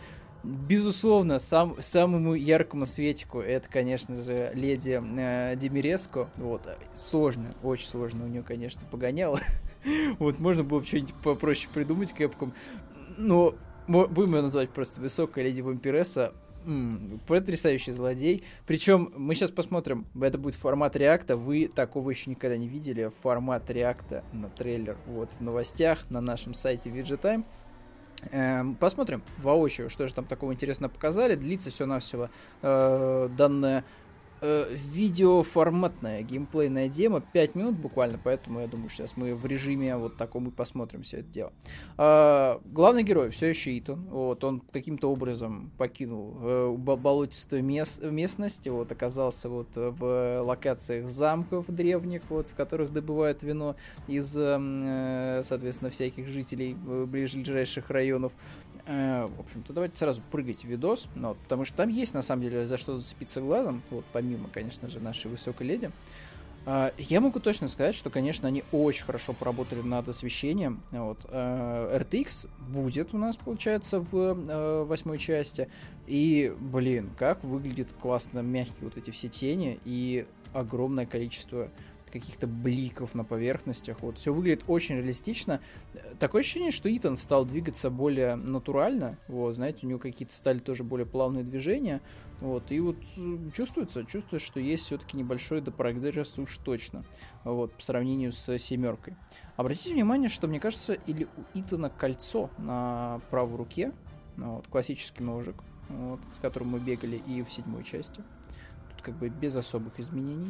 Безусловно, сам, самому яркому светику это, конечно же, леди э, Демиреско. Вот, сложно, очень сложно у нее, конечно, погоняло. Вот, можно было бы что-нибудь попроще придумать Capcom. Но будем ее называть просто высокая леди Вампиресса. М-м, потрясающий злодей. Причем мы сейчас посмотрим, это будет формат реакта. Вы такого еще никогда не видели. Формат реакта на трейлер вот в новостях на нашем сайте VGTime. Посмотрим воочию, что же там такого интересного показали. Длится все-навсего э, данное э, видеоформатная геймплейная демо. пять минут буквально, поэтому я думаю, сейчас мы в режиме вот таком и посмотрим все это дело. Э, главный герой все еще Итан. Вот, он каким-то образом покинул э, болотистую мест, местность, вот, оказался вот в локациях замков древних, вот, в которых добывают вино из, э, соответственно, всяких жителей ближайших районов. Э, в общем-то, давайте сразу прыгать в видос, ну, вот, потому что там есть, на самом деле, за что зацепиться глазом, вот, помимо, конечно же, нашей высокой леди. Э, я могу точно сказать, что, конечно, они очень хорошо поработали над освещением. Вот. Э, эр ти экс будет у нас, получается, в э, восьмой части. И, блин, как выглядит классно мягкие вот эти все тени и огромное количество каких-то бликов на поверхностях. Вот. Все выглядит очень реалистично. Такое ощущение, что Итан стал двигаться более натурально. Вот, знаете, у него какие-то стали тоже более плавные движения. Вот, и вот чувствуется, чувствуется, что есть все-таки небольшой допрогресс уж точно. Вот, по сравнению с семеркой. Обратите внимание, что, мне кажется, или у Итана кольцо на правой руке. Вот, классический ножик, вот, с которым мы бегали и в седьмой части. Тут как бы без особых изменений.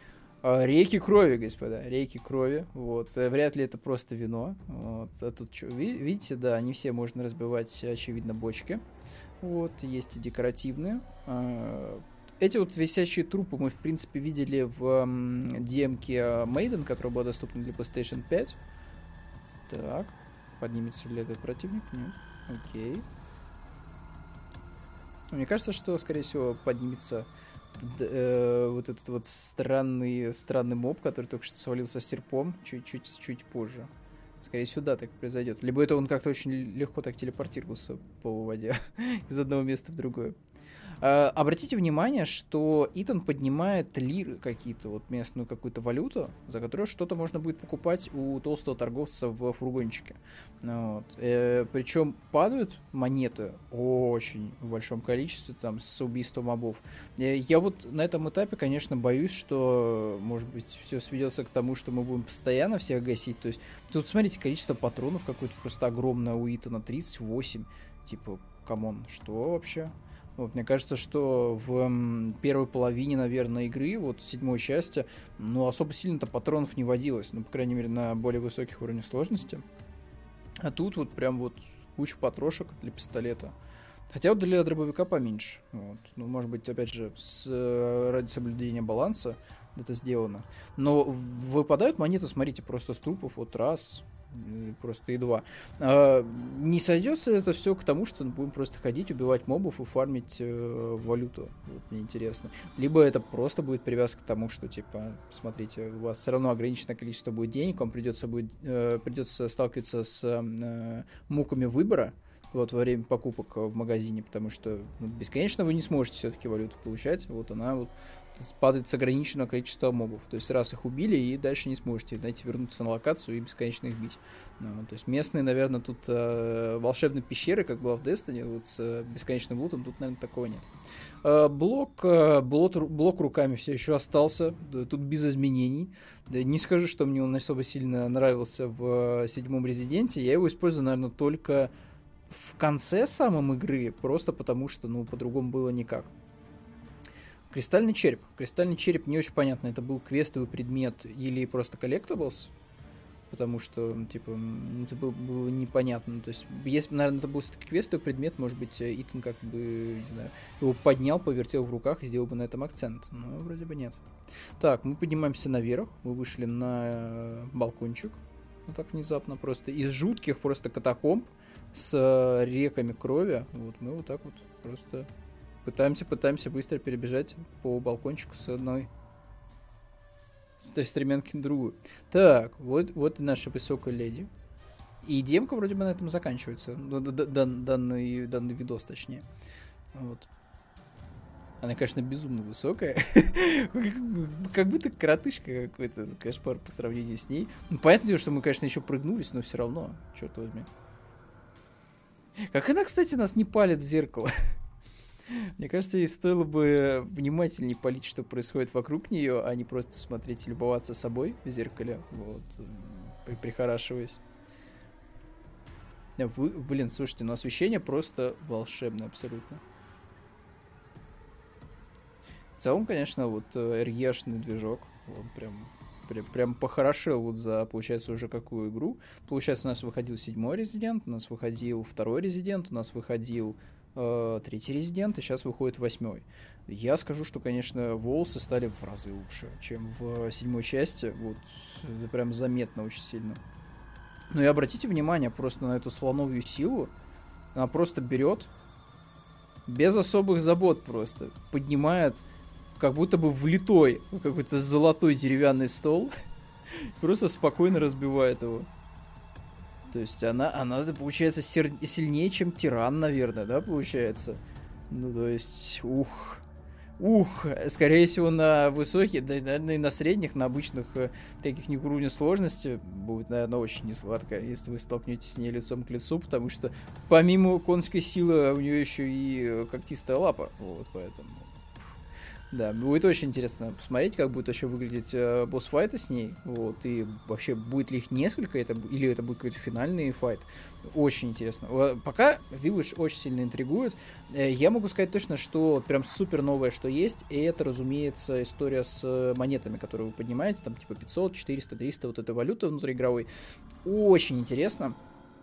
Реки крови, господа, реки крови, вот, вряд ли это просто вино, вот, а тут что, видите, да, не все можно разбивать, очевидно, бочки, вот, есть и декоративные, эти вот висящие трупы мы, в принципе, видели в демке Maiden, которая была доступна для PlayStation пять, так, поднимется ли этот противник, нет, окей, мне кажется, что, скорее всего, поднимется Д, э, вот этот вот странный, странный моб, который только что свалился с серпом, чуть-чуть чуть позже. Скорее всего, да, так и произойдет. Либо это он как-то очень легко так телепортировался по воде из одного места в другое. Uh, обратите внимание, что Итан поднимает лиры какие-то, вот местную какую-то валюту, за которую что-то можно будет покупать у толстого торговца в фургончике. Вот. Uh, причем падают монеты очень в большом количестве там с убийством мобов. Uh, я вот на этом этапе, конечно, боюсь, что, может быть, все сведется к тому, что мы будем постоянно всех гасить. То есть тут, смотрите, количество патронов какое-то просто огромное у Итана, тридцать восемь. Типа, камон, что вообще? Вот, мне кажется, что в м, первой половине, наверное, игры, вот в седьмой части, ну, особо сильно-то патронов не водилось, ну, по крайней мере, на более высоких уровнях сложности. А тут вот прям вот куча патрошек для пистолета. Хотя вот для дробовика поменьше. Вот. Ну, может быть, опять же, с, ради соблюдения баланса это сделано. Но выпадают монеты, смотрите, просто с трупов, вот раз... просто и два. А, не сойдется это все к тому, что мы будем просто ходить, убивать мобов и фармить э, валюту. Вот, мне интересно. Либо это просто будет привязка к тому, что, типа, смотрите, у вас все равно ограниченное количество будет денег, вам придется, будет, э, придется сталкиваться с э, муками выбора вот, во время покупок в магазине, потому что ну, бесконечно вы не сможете все-таки валюту получать. Вот она вот падает с ограниченного количества мобов. То есть раз их убили, и дальше не сможете, знаете, вернуться на локацию и бесконечно их бить. Ну, то есть местные, наверное, тут э, волшебные пещеры, как было в Destiny, вот с э, бесконечным лутом, тут, наверное, такого нет. Э, блок, э, блок, блок руками все еще остался, да, тут без изменений. Да, не скажу, что мне он особо сильно нравился в э, седьмом Резиденте, я его использую, наверное, только в конце самом игры, просто потому что, ну, по-другому было никак. Кристальный череп. Кристальный череп не очень понятно, это был квестовый предмет или просто collectibles, потому что, ну, типа, это было, было непонятно. То есть, если, наверное, это был все-таки квестовый предмет, может быть, Итан как бы, не знаю, его поднял, повертел в руках и сделал бы на этом акцент. Но вроде бы нет. Так, мы поднимаемся наверх, мы вышли на балкончик, вот так внезапно, просто из жутких просто катакомб с реками крови, вот мы вот так вот просто... Пытаемся, пытаемся быстро перебежать по балкончику с одной стремянки на другую. Так, вот, вот и наша высокая леди. И демка вроде бы на этом заканчивается. Данный, данный видос, точнее. Вот. Она, конечно, безумно высокая. Как будто коротышка какой-то, кошмар по сравнению с ней. Ну, понятное дело, что мы, конечно, еще прыгнулись, но все равно, черт возьми. Как она, кстати, нас не палит в зеркало. Мне кажется, ей стоило бы внимательнее палить, что происходит вокруг нее, а не просто смотреть и любоваться собой в зеркале, вот, прихорашиваясь. Вы, блин, слушайте, ну освещение просто волшебное абсолютно. В целом, конечно, вот эр и эй-шный движок, он прям, прям, прям похорошел вот за, получается, уже какую игру. Получается, у нас выходил седьмой Резидент, у нас выходил второй Резидент, у нас выходил э, третий Резидент, и сейчас выходит восьмой. Я скажу, что, конечно, волосы стали в разы лучше, чем в седьмой части. Вот, это прям заметно очень сильно. Ну и обратите внимание просто на эту слоновью силу. Она просто берет, без особых забот просто, поднимает как будто бы влитой какой-то золотой деревянный стол, просто спокойно разбивает его. То есть она, она получается, сер- сильнее, чем тиран, наверное, да, получается? Ну, то есть, ух, ух, скорее всего, на высоких, да, наверное, и на средних, на обычных таких уровней сложности будет, наверное, очень несладко, если вы столкнетесь с ней лицом к лицу, потому что помимо конской силы у нее еще и когтистая лапа, вот, поэтому... Да, будет очень интересно посмотреть, как будет вообще выглядеть э, босс-файты с ней, вот, и вообще будет ли их несколько, это, или это будет какой-то финальный файт. Очень интересно. Пока Village очень сильно интригует. Э, я могу сказать точно, что прям супер новое, что есть, и это, разумеется, история с монетами, которые вы поднимаете, там типа пятьсот, четыреста, триста, вот эта валюта внутриигровой. Очень интересно.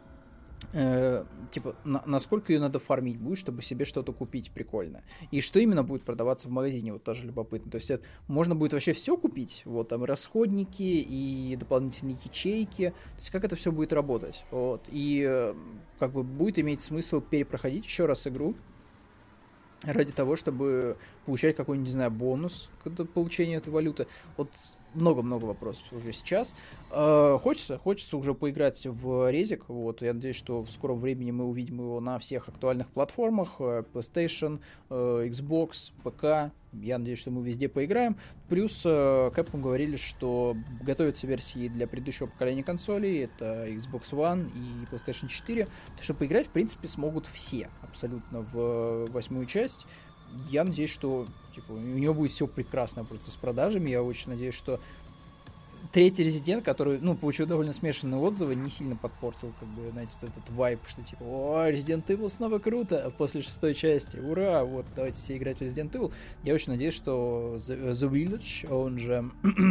Э, типа, на, насколько ее надо фармить будет, чтобы себе что-то купить прикольно. И что именно будет продаваться в магазине, вот тоже любопытно. То есть это, можно будет вообще все купить, вот там и расходники, и дополнительные ячейки. То есть как это все будет работать. Вот. И э, как бы будет иметь смысл перепроходить еще раз игру ради того, чтобы получать какой-нибудь, не знаю, бонус к получению этой валюты. Вот много-много вопросов уже сейчас. Э, хочется, хочется уже поиграть в резик. Вот, я надеюсь, что в скором времени мы увидим его на всех актуальных платформах. PlayStation, Xbox, пи си. Я надеюсь, что мы везде поиграем. Плюс Capcom говорили, что готовятся версии для предыдущего поколения консолей. Это Xbox One и PlayStation четыре. Так что поиграть, в принципе, смогут все абсолютно в восьмую часть. Я надеюсь, что типа, у него будет все прекрасно просто с продажами. Я очень надеюсь, что третий Резидент, который, ну, получил довольно смешанные отзывы, не сильно подпортил, как бы, знаете, этот вайп, что типа, о, Resident Evil снова круто после шестой части, ура, вот, давайте все играть в Resident Evil. Я очень надеюсь, что The, The Village, он же...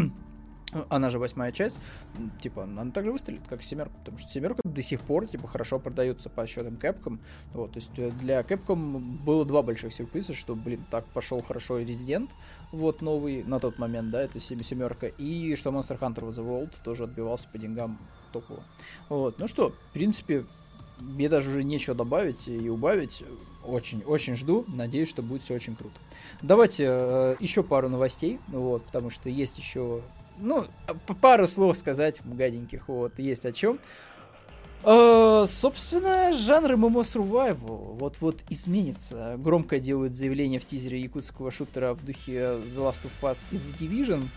она же восьмая часть, типа, она также выстрелит, как семерка, потому что семерка до сих пор, типа, хорошо продается по счетам Capcom, вот, то есть для Capcom было два больших сюрприза, что, блин, так пошел хорошо Resident, вот, новый, на тот момент, да, это семерка, и что Monster Hunter The World тоже отбивался по деньгам топово, вот, ну что, в принципе, мне даже уже нечего добавить и убавить, очень-очень жду, надеюсь, что будет все очень круто. Давайте э, еще пару новостей, вот, потому что есть еще... Ну, пару слов сказать гаденьких, вот, есть о чем. Э, собственно, жанр эм эм о Survival вот-вот изменится. Громко делают заявление в тизере якутского шутера в духе The Last of Us и The Division.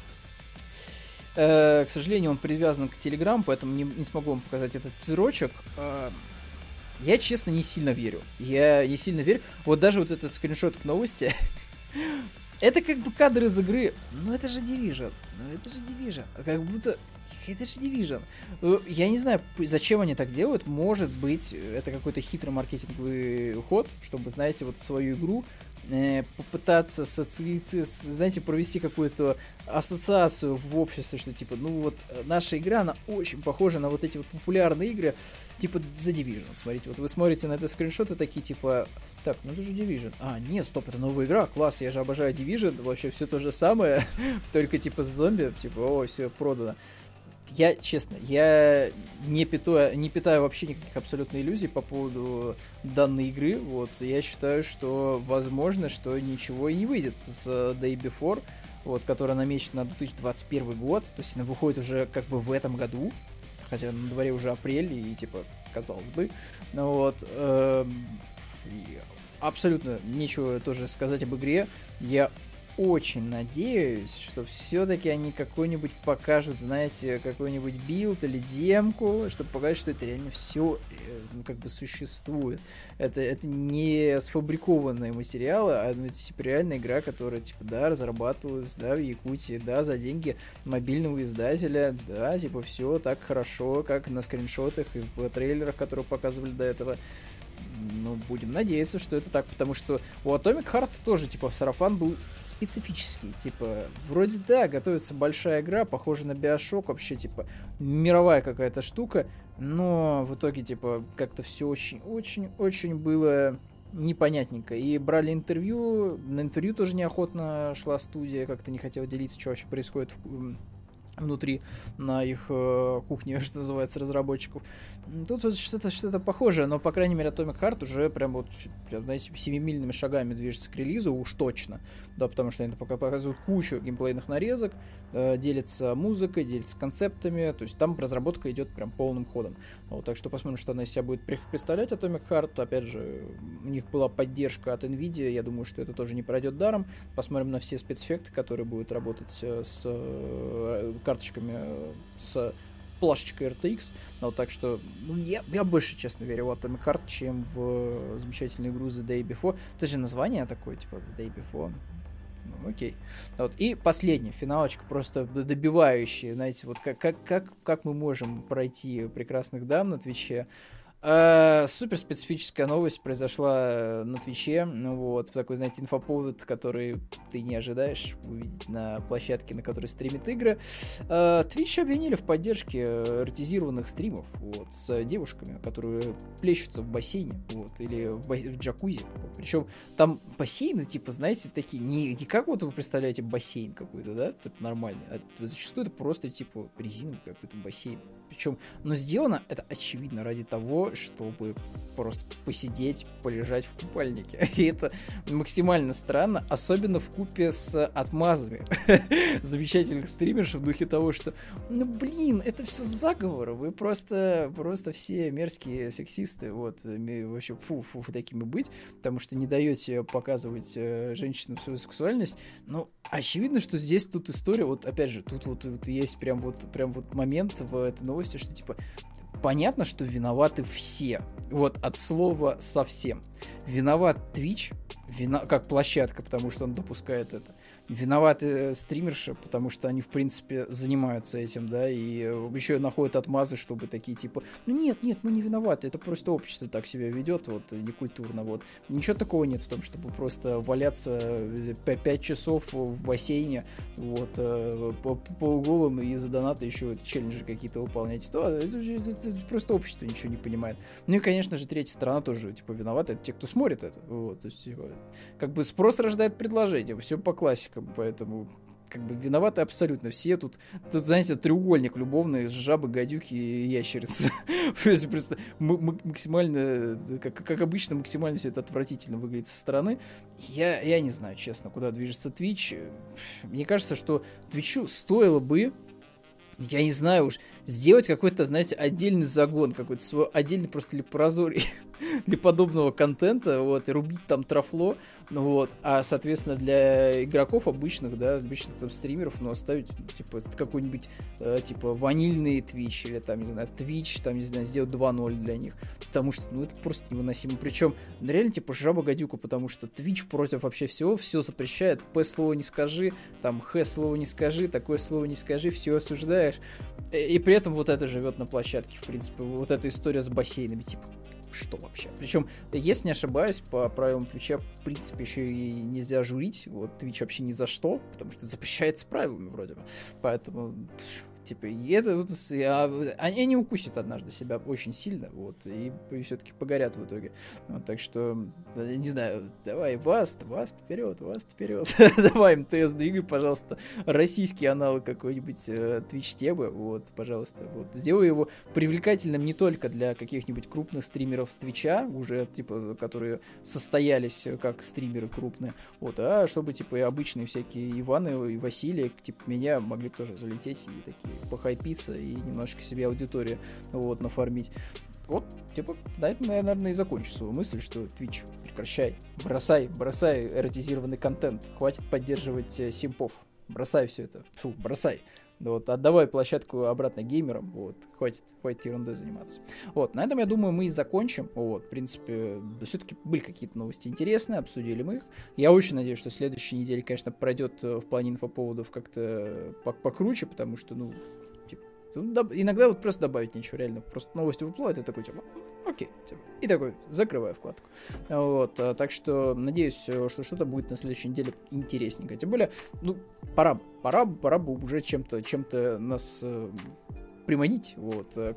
Э, к сожалению, он привязан к Telegram, поэтому не, не смогу вам показать этот тизерочек. Э, я, честно, не сильно верю. Я не сильно верю. Вот даже вот этот скриншот к новости... Это как бы кадры из игры, но это же Division, ну это же Division, как будто, это же Division. Я не знаю, зачем они так делают, может быть, это какой-то хитрый маркетинговый ход, чтобы, знаете, вот свою игру э, попытаться, соци... знаете, провести какую-то ассоциацию в обществе, что типа, ну вот наша игра, она очень похожа на вот эти вот популярные игры, типа The Division. Смотрите, вот вы смотрите на этот скриншот и такие типа, так, ну это же Division. А, нет, стоп, это новая игра, класс, я же обожаю Division, вообще все то же самое, только типа с зомби, типа, о, все продано. Я, честно, я не питаю, не питаю вообще никаких абсолютно иллюзий по поводу данной игры, вот, я считаю, что возможно, что ничего и не выйдет с Day Before, вот, которая намечена на две тысячи двадцать первый год, то есть она выходит уже как бы в этом году, хотя на дворе уже апрель, и, типа, казалось бы, ну вот, э, абсолютно нечего тоже сказать об игре. Я очень надеюсь, что все-таки они какой-нибудь покажут, знаете, какой-нибудь билд или демку, чтобы показать, что это реально все ну, как бы существует. Это, это не сфабрикованные материалы, а ну, типа, реальная игра, которая, типа, да, разрабатывалась, да, в Якутии, да, за деньги мобильного издателя, да, типа, все так хорошо, как на скриншотах и в трейлерах, которые показывали до этого. Ну, будем надеяться, что это так, потому что у Atomic Heart тоже, типа, сарафан был специфический, типа, вроде, да, готовится большая игра, похожа на Bioshock, вообще, типа, мировая какая-то штука, но в итоге, типа, как-то все очень-очень-очень было непонятненько, и брали интервью, на интервью тоже неохотно шла студия, как-то не хотела делиться, что вообще происходит в... внутри, на их э, кухне, что называется, разработчиков. Тут вот что-то, что-то похожее, но, по крайней мере, Atomic Heart уже прям вот, знаете, семимильными шагами движется к релизу, уж точно, да, потому что они пока показывают кучу геймплейных нарезок, э, делятся музыкой, делятся концептами, то есть там разработка идет прям полным ходом. Вот, так что посмотрим, что она из себя будет представлять, Atomic Heart. Опять же, у них была поддержка от NVIDIA, я думаю, что это тоже не пройдет даром. Посмотрим на все спецэффекты, которые будут работать с э, карточками, с плашечкой эр ти экс. Ну, так что ну, я, я больше, честно, верю в Atomic Heart, чем в замечательную игру The Day Before. Это же название такое, типа The Day Before. Ну, окей. Вот. И последняя финалочка, просто добивающая, знаете, вот как, как, как, как мы можем пройти прекрасных дам на Твиче. Uh, супер специфическая новость произошла на Твиче, ну вот, такой, знаете, инфоповод, который ты не ожидаешь увидеть на площадке, на которой стримит игры. Твич uh, обвинили в поддержке эротизированных стримов, вот, с девушками, которые плещутся в бассейне, вот, или в, ба- в джакузи, вот. Причем там бассейны, типа, знаете, такие, не, не как вот вы представляете бассейн какой-то, да, типа, нормальный, а зачастую это просто, типа, резиновый какой-то бассейн. Причем, но сделано это, очевидно, ради того, чтобы просто посидеть, полежать в купальнике. И это максимально странно, особенно вкупе с отмазами замечательных стримершев в духе того, что, ну, блин, это все заговор, вы просто, просто все мерзкие сексисты, вот, вообще, фу-фу, такими быть, потому что не даете показывать э, женщинам свою сексуальность. Но очевидно, что здесь тут история, вот, опять же, тут вот, вот есть прям вот, прям вот момент в этой новости, что, типа, понятно, что виноваты все. Вот от слова совсем. Виноват Twitch, вина... как площадка, потому что он допускает это. Виноваты стримерши, потому что они, в принципе, занимаются этим, да, и еще находят отмазы, чтобы такие, типа, ну нет, нет, мы не виноваты, это просто общество так себя ведет, вот, некультурно, вот. Ничего такого нет в том, чтобы просто валяться пять часов в бассейне, вот, полуголым и за донаты еще челленджи какие-то выполнять. Да, это, это, это просто общество ничего не понимает. Ну и, конечно же, третья сторона тоже, типа, виновата, это те, кто смотрит это, вот, то есть, типа, как бы спрос рождает предложение, все по классикам. Поэтому как бы виноваты абсолютно все. Тут, тут знаете, треугольник любовный, жабы, гадюки и ящерицы. Просто максимально, как, как обычно, максимально все это отвратительно выглядит со стороны. Я, я не знаю, честно, куда движется Twitch. Мне кажется, что Твичу стоило бы, я не знаю уж, сделать какой-то, знаете, отдельный загон, какой-то свой отдельный просто лепрозорий для подобного контента, вот, и рубить там трафло, ну вот, а, соответственно, для игроков обычных, да, обычных там стримеров, ну, оставить, типа, какой-нибудь, э, типа, ванильный Twitch, или там, не знаю, Twitch, там, не знаю, сделать два ноль для них, потому что, ну, это просто невыносимо, причем, ну, реально, типа, жаба-гадюка, потому что Twitch против вообще всего, все запрещает, П слово не скажи, там, Х слово не скажи, такое слово не скажи, все осуждаешь, и при этом вот это живет на площадке, в принципе, вот эта история с бассейнами, типа, что вообще? Причем, если не ошибаюсь, по правилам Твича, в принципе, еще и нельзя журить. Вот Твич вообще ни за что, потому что запрещается правилами вроде бы. Поэтому, типа, и это вот, а, они не укусят однажды себя очень сильно, вот, и, и все-таки погорят в итоге. Вот, так что, не знаю, давай, Васт, Васт вперед, Васт вперед. Давай, МТС, двигай, пожалуйста, российский аналог какой-нибудь э, Twitch-темы, вот, пожалуйста, вот, сделай его привлекательным не только для каких-нибудь крупных стримеров с Твича, уже, типа, которые состоялись как стримеры крупные, вот, а чтобы, типа, и обычные всякие Иваны и Василий, типа, меня могли бы тоже залететь и такие похайпиться и немножечко себе аудиторию вот, нафармить. Вот, типа, на этом я, наверное, и закончу свою мысль, что Twitch, прекращай, бросай, бросай эротизированный контент, хватит поддерживать э, симпов, бросай все это, фу, бросай. Да вот, отдавай площадку обратно геймерам, вот, хватит, хватит ерундой заниматься. Вот, на этом, я думаю, мы и закончим, вот, в принципе, все-таки были какие-то новости интересные, обсудили мы их. Я очень надеюсь, что следующая неделя, конечно, пройдет в плане инфоповодов как-то покруче, потому что, ну, иногда вот просто добавить нечего, реально. Просто новости выплывают, и такой, типа, окей. Типа, и такой, закрываю вкладку. Вот, так что надеюсь, что что-то будет на следующей неделе интересненько. Тем более, ну, пора бы, пора бы, пора бы уже чем-то, чем-то нас э, приманить, вот, к,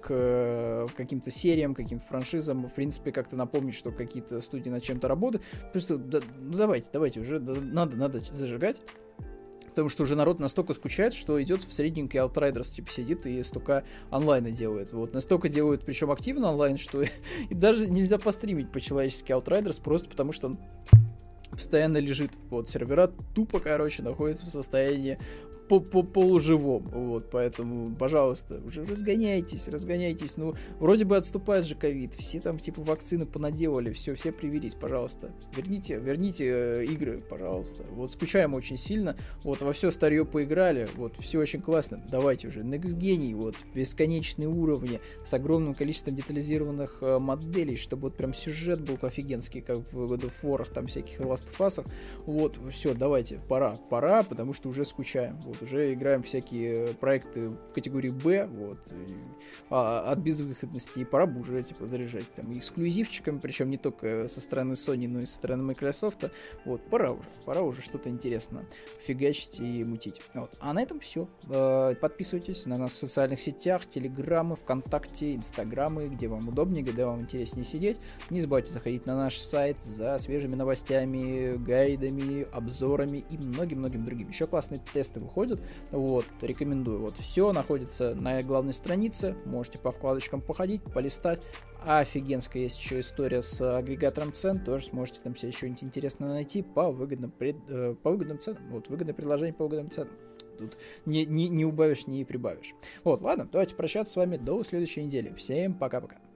к каким-то сериям, каким-то франшизам. В принципе, как-то напомнить, что какие-то студии над чем-то работают. Просто, да, ну, давайте, давайте уже, да, надо, надо зажигать. Потому что уже народ настолько скучает, что идет в средненький Outriders, типа, сидит и столько онлайна делает. Вот, настолько делают, причем активно онлайн, что и даже нельзя постримить по-человечески Outriders, просто потому что он постоянно лежит. Вот, сервера тупо, короче, находятся в состоянии по, по полуживом. Вот, поэтому, пожалуйста, уже разгоняйтесь, разгоняйтесь. Ну, вроде бы отступает же ковид. Все там, типа, вакцины понаделали, все, все привились, пожалуйста. Верните, верните э, игры, пожалуйста. Вот, скучаем очень сильно. Вот, во все старье поиграли. Вот, все очень классно. Давайте уже. Next Genie, вот, бесконечные уровни с огромным количеством детализированных э, моделей, чтобы вот прям сюжет был офигенский, как в God of War, там всяких Last of Us. Вот, все, давайте, пора, пора, потому что уже скучаем. Вот, уже играем всякие проекты в категории Б, вот, и, а, от безвыходности, и пора бы уже, типа, заряжать там эксклюзивчиками, причем не только со стороны Sony, но и со стороны Microsoft. Вот, пора уже, пора уже что-то интересное фигачить и мутить. Вот. А на этом все. Подписывайтесь на нас в социальных сетях, Телеграмы, ВКонтакте, Инстаграмы, где вам удобнее, где вам интереснее сидеть. Не забывайте заходить на наш сайт за свежими новостями, гайдами, обзорами и многим-многим другим. Еще классные тесты выходят. Вот, рекомендую. Вот, все находится на главной странице. Можете по вкладочкам походить, полистать. Офигенская есть еще история с агрегатором цен. Тоже сможете там себе что-нибудь интересное найти по выгодным, пред, э, по выгодным ценам. Вот, выгодное предложение по выгодным ценам. Тут не, не, не убавишь, не прибавишь. Вот, ладно, давайте прощаться с вами до следующей недели. Всем пока-пока.